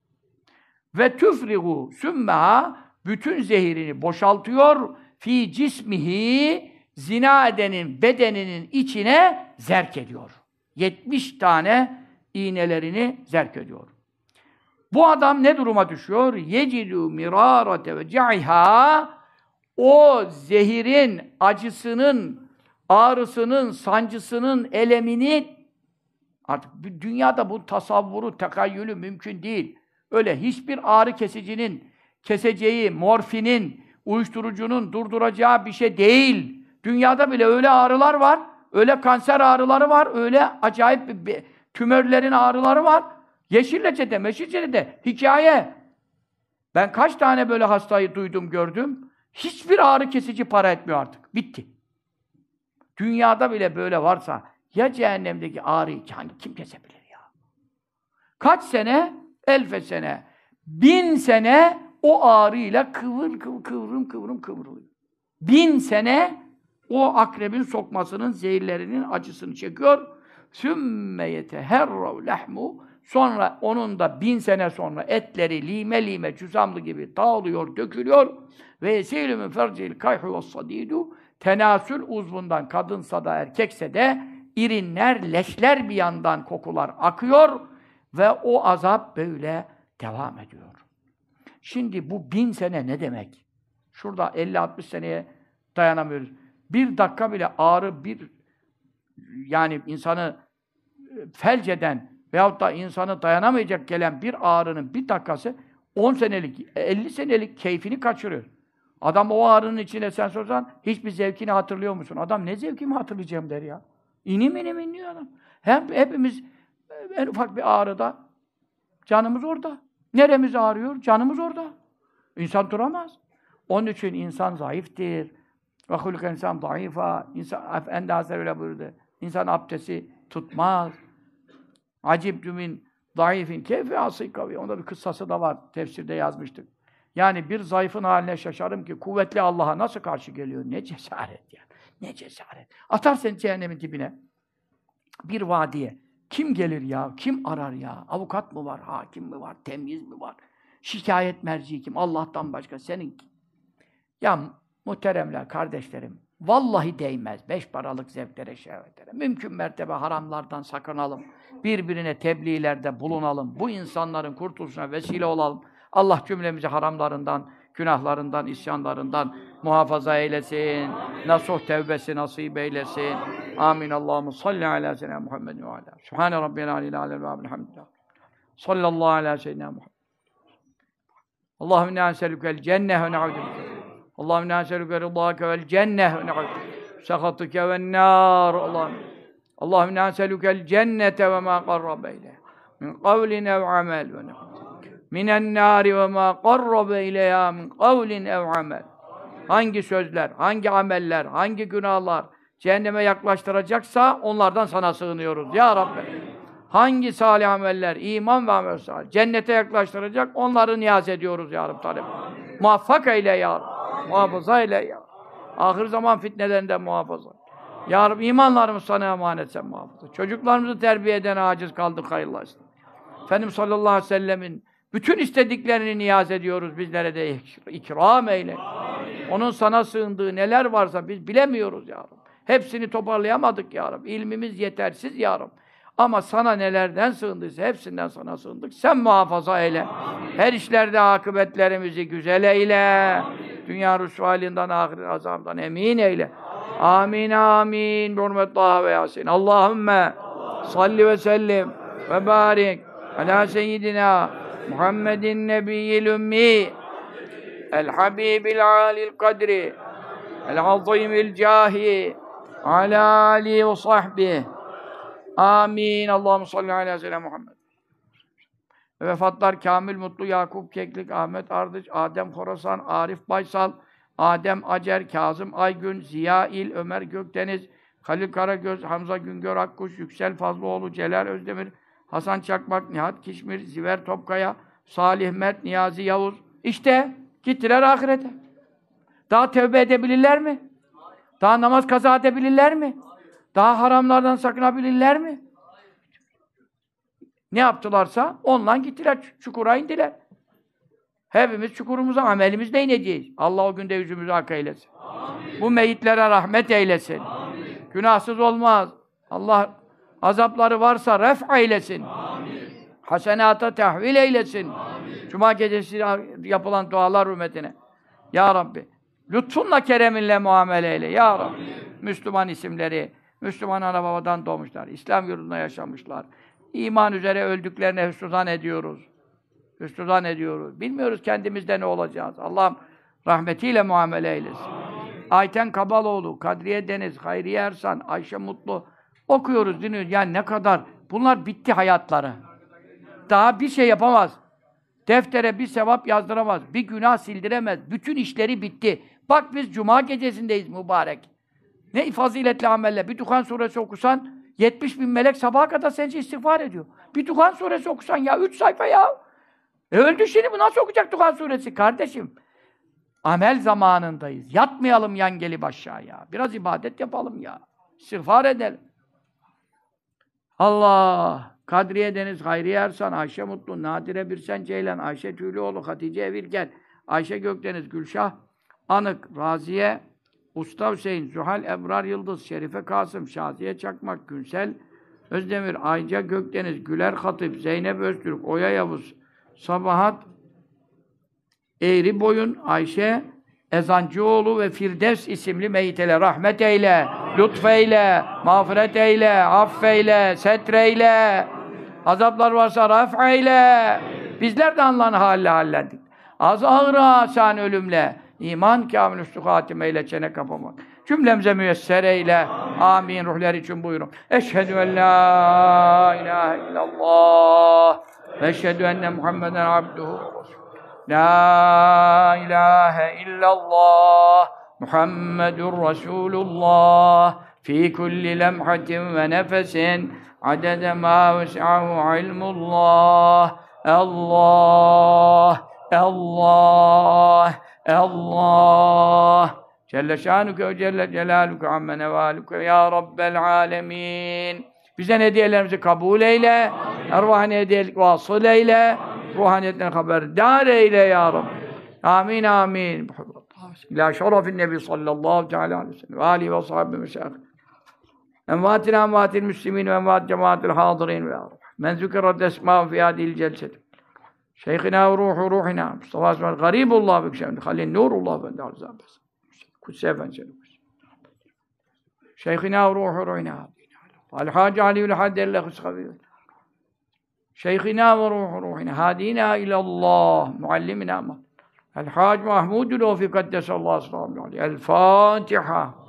Ve tüfrigu sümmeha bütün zehirini boşaltıyor fi cismihi zina edenin bedeninin içine zerk ediyor. 70 tane iğnelerini zerk ediyor. Bu adam ne duruma düşüyor? Yecidu mirarate ve ca'iha o zehirin acısının, ağrısının, sancısının, elemini artık dünyada bu tasavvuru, tekayyülü mümkün değil. Öyle hiçbir ağrı kesicinin keseceği, morfinin, uyuşturucunun durduracağı bir şey değil. Dünyada bile öyle ağrılar var, öyle kanser ağrıları var, öyle acayip tümörlerin ağrıları var. Yeşilleçe'de, Meşilleçe'de hikaye. Ben kaç tane böyle hastayı duydum, gördüm. Hiçbir ağrı kesici para etmiyor artık. Bitti. Dünyada bile böyle varsa ya cehennemdeki ağrıyı kim kesebilir ya? Kaç sene? 1000 sene. 1000 sene o ağrıyla kıvrılıyor. 1000 sene o akrebin sokmasının, zehirlerinin acısını çekiyor. Sümme yeteherrav lehmu. Sonra onun da 1000 sene sonra etleri lime lime cüzamlı gibi dağılıyor, dökülüyor. Ve yesîlü min fercil kayhu ve's-sadîdu. Tenasül uzvundan kadınsa da erkekse de irinler, leşler bir yandan kokular akıyor ve o azap böyle devam ediyor. Şimdi bu 1000 sene ne demek? Şurada 50-60 seneye dayanamıyoruz. Bir dakika bile ağrı yani insanı felç eden veyahut da insanı dayanamayacak gelen bir ağrının bir dakikası 10 senelik, 50 senelik keyfini kaçırıyor. Adam o ağrının içine sen sorsan hiçbir zevkini hatırlıyor musun? Adam ne zevkimi hatırlayacağım der ya. İnim inliyor adam. Hepimiz en ufak bir ağrıda canımız orada. Neremiz ağrıyor? Canımız orada. İnsan duramaz. Onun için insan zayıftır. Ve hulika insan zayıfa. Efendi Hazretleri öyle buyurdu. İnsan abdesti tutmaz. Acibtü min zayıfin keyfe asikavi. Onda bir kıssası da var. Tefsirde yazmıştık. Yani bir zayıfın haline şaşarım ki kuvvetli Allah'a nasıl karşı geliyor? Ne cesaret ya. Ne cesaret. Atar seni cehennemin dibine. Bir vadiye. Kim gelir ya? Kim arar ya? Avukat mı var? Hakim mi var? Temyiz mi var? Şikayet merci kim? Allah'tan başka senin. Ya muhteremler, kardeşlerim, vallahi değmez 5 paralık zevklere, şehvetlere. Mümkün mertebe haramlardan sakınalım. Birbirine tebliğlerde bulunalım. Bu insanların kurtuluşuna vesile olalım. Allah cümlemizi haramlarından, günahlarından, isyanlarından muhafaza eylesin. Nasuh tevbesi nasip eylesin. Amin. Allahumme salli ala seyyidina Muhammed ve ala. Subhane rabbiyel aleyhi alel ve elhamdülillah. Sallallahu ala seyyidina Muhammed. Allahümme inna nes'elükel cenneh ve ne'udü bike. Allahümme inna nes'elüke rıdâke vel cenneh ve ne'udü sekhatike ven nâr. Allahümme inna nes'elükel cennete ve mâ qarrabe ileyh. Min kavlin ev amel ve ne'udü. Minen nâri ve mâ qarrabe ileyhâ min kavlin ev amel. Hangi sözler, hangi ameller, hangi günahlar cehenneme yaklaştıracaksa onlardan sana sığınıyoruz ya Rabbi. Hangi salih ameller, iman ve amel salih cennete yaklaştıracak onları niyaz ediyoruz ya Rabbi. Talep. Muvaffak eyle ya Rabbi. Muhafaza eyle ya Rabbi. Ahir zaman fitnelerinden muhafaza. Ya Rabbi imanlarımız sana emanet sen muhafaza. Çocuklarımızı terbiye eden aciz kaldık hayırlısı. Efendimiz sallallahu aleyhi ve sellemin bütün istediklerini niyaz ediyoruz. Bizlere de ikram eyle. Amin. Onun sana sığındığı neler varsa biz bilemiyoruz ya Rabbi. Hepsini toparlayamadık ya Rabbi. İlmimiz yetersiz ya Rabbi. Ama sana nelerden sığındıysa hepsinden sana sığındık. Sen muhafaza eyle. Amin. Her işlerde akıbetlerimizi güzel eyle. Amin. Dünya rüsvaliğinden, ahiret azabından emin eyle. Amin amin. Hürmet Taha ve Yasin. Allahümme salli ve sellim ve barik ala seyyidina Muhammedin nebiyyil ümmi el habibil alil kadri el azimil cahi ala alihi ve sahbihi. Amin. Allahümme salli ala seyyidina Muhammed. Vefatlar Kamil Mutlu, Yakup Keklik, Ahmet Ardıç, Adem Khorasan, Arif Baysal, Adem Acer, Kazım Aygün, Ziya İl, Ömer Gökdeniz, Halil Karagöz, Hamza Güngör Akkuş, Yüksel Fazlıoğlu, Celal Özdemir, Hasan Çakmak, Nihat Kişmir, Ziver Topkaya, Salih Mert, Niyazi Yavuz. İşte gittiler ahirete. Daha tevbe edebilirler mi? Daha namaz kaza edebilirler mi? Daha haramlardan sakınabilirler mi? Ne yaptılarsa ondan gittiler, çukura indiler. Hepimiz çukurumuza amelimizle ineceğiz. Allah o günde yüzümüzü ak eylesin. Amin. Bu meyitlere rahmet eylesin. Amin. Günahsız olmaz. Allah azapları varsa ref eylesin. Amin. Hasenata tahvil eylesin. Amin. Cuma gecesi yapılan dualar hürmetine. Ya Rabbi, lütfunla, kereminle muamele eyle. Ya Rabbi, amin. Müslüman isimleri, Müslüman ana babadan doğmuşlar, İslam yurdunda yaşamışlar. İman üzere öldüklerine hüsnüzan ediyoruz. Hüsnüzan ediyoruz. Bilmiyoruz kendimizde ne olacağız. Allah'ım rahmetiyle muamele eylesin. Amin. Ayten Kabaloğlu, Kadriye Deniz, Hayriye Ersan, Ayşe Mutlu okuyoruz, dinliyoruz. Yani ne kadar? Bunlar bitti hayatları. Daha bir şey yapamaz. Deftere bir sevap yazdıramaz. Bir günah sildiremez. Bütün işleri bitti. Bak biz Cuma gecesindeyiz mübarek. Ne faziletli amelle. Bir Duhan suresi okusan 70.000 melek sabaha kadar senin için istiğfar ediyor. Bir Duhan suresi okusan ya 3 sayfa ya. Öldü şimdi, bu nasıl okuyacak Duhan suresi kardeşim? Amel zamanındayız. Yatmayalım yan gelip aşağıya. Biraz ibadet yapalım ya. İstiğfar edelim. Allah! Kadriye Deniz, Hayriye Ersan, Ayşe Mutlu, Nadire Birsen Ceylan, Ayşe Tüylüoğlu, Hatice Evirgel, Ayşe Gökdeniz, Gülşah Anık, Raziye, Usta Hüseyin, Zuhal Ebrar Yıldız, Şerife Kasım, Şaziye Çakmak, Günsel Özdemir, Ayca Gökdeniz, Güler Hatip, Zeynep Öztürk, Oya Yavuz, Sabahat Eğri Boyun, Ayşe Ezancıoğlu ve Firdevs isimli meyitele rahmet eyle, lütfeyle, mağfiret eyle, affeyle, setreyle, azaplar varsa raf'eyle. Bizler de Allah'ın haliyle hallendik. Az ağır asan ölümle, iman kâmil üstü hatimeyle çene kapamak. Cümlemize müyesser eyle. Amin. Ruhlar için buyurun. Eşhedü en la ilahe illallah ve eşhedü enne Muhammeden abduhu. La ilahe illallah Muhammedun Resulullah fi kulli lemhatin ve nefesin adede ma vesi'ahu ilmullah. Allah, Allah, Allah. Celle şanuke ve celle celaluke amme nevaluke ya Rabbel alemin. Bize hediyelerimizi kabul eyle. Ervahine hediyelik vasıl eyle. Ruhaniyetten haberdar eyle ya Rabbi. Amin, amin. İlâ şerefin nebi sallallahu teâlâ aleyhi ve sellem ve âlihi ve sahâbihi meşâih. Envâtina envâtil müslimîn ve envât cemaatil hâzirîn ve ya Rabbi. Men zükirrat esmâhu fî hâdihil celseti. Şeyhina ve ruhu ruhina. Mustafa Esmail garibullah ve kişemdi. Halil nurullah ve dârzâbes. Kudüs'e efendim. Şeyhina ve ruhu ruhina. Al-Hâc Ali'ül Haddelle Hüskavi. Şeyhina ve ruhu ruhina. Hadina ilallah. Muallimina. El-Hâc Mahmudul Ofi Kaddesallahu aleyhi ve sellem. El-Fâtiha.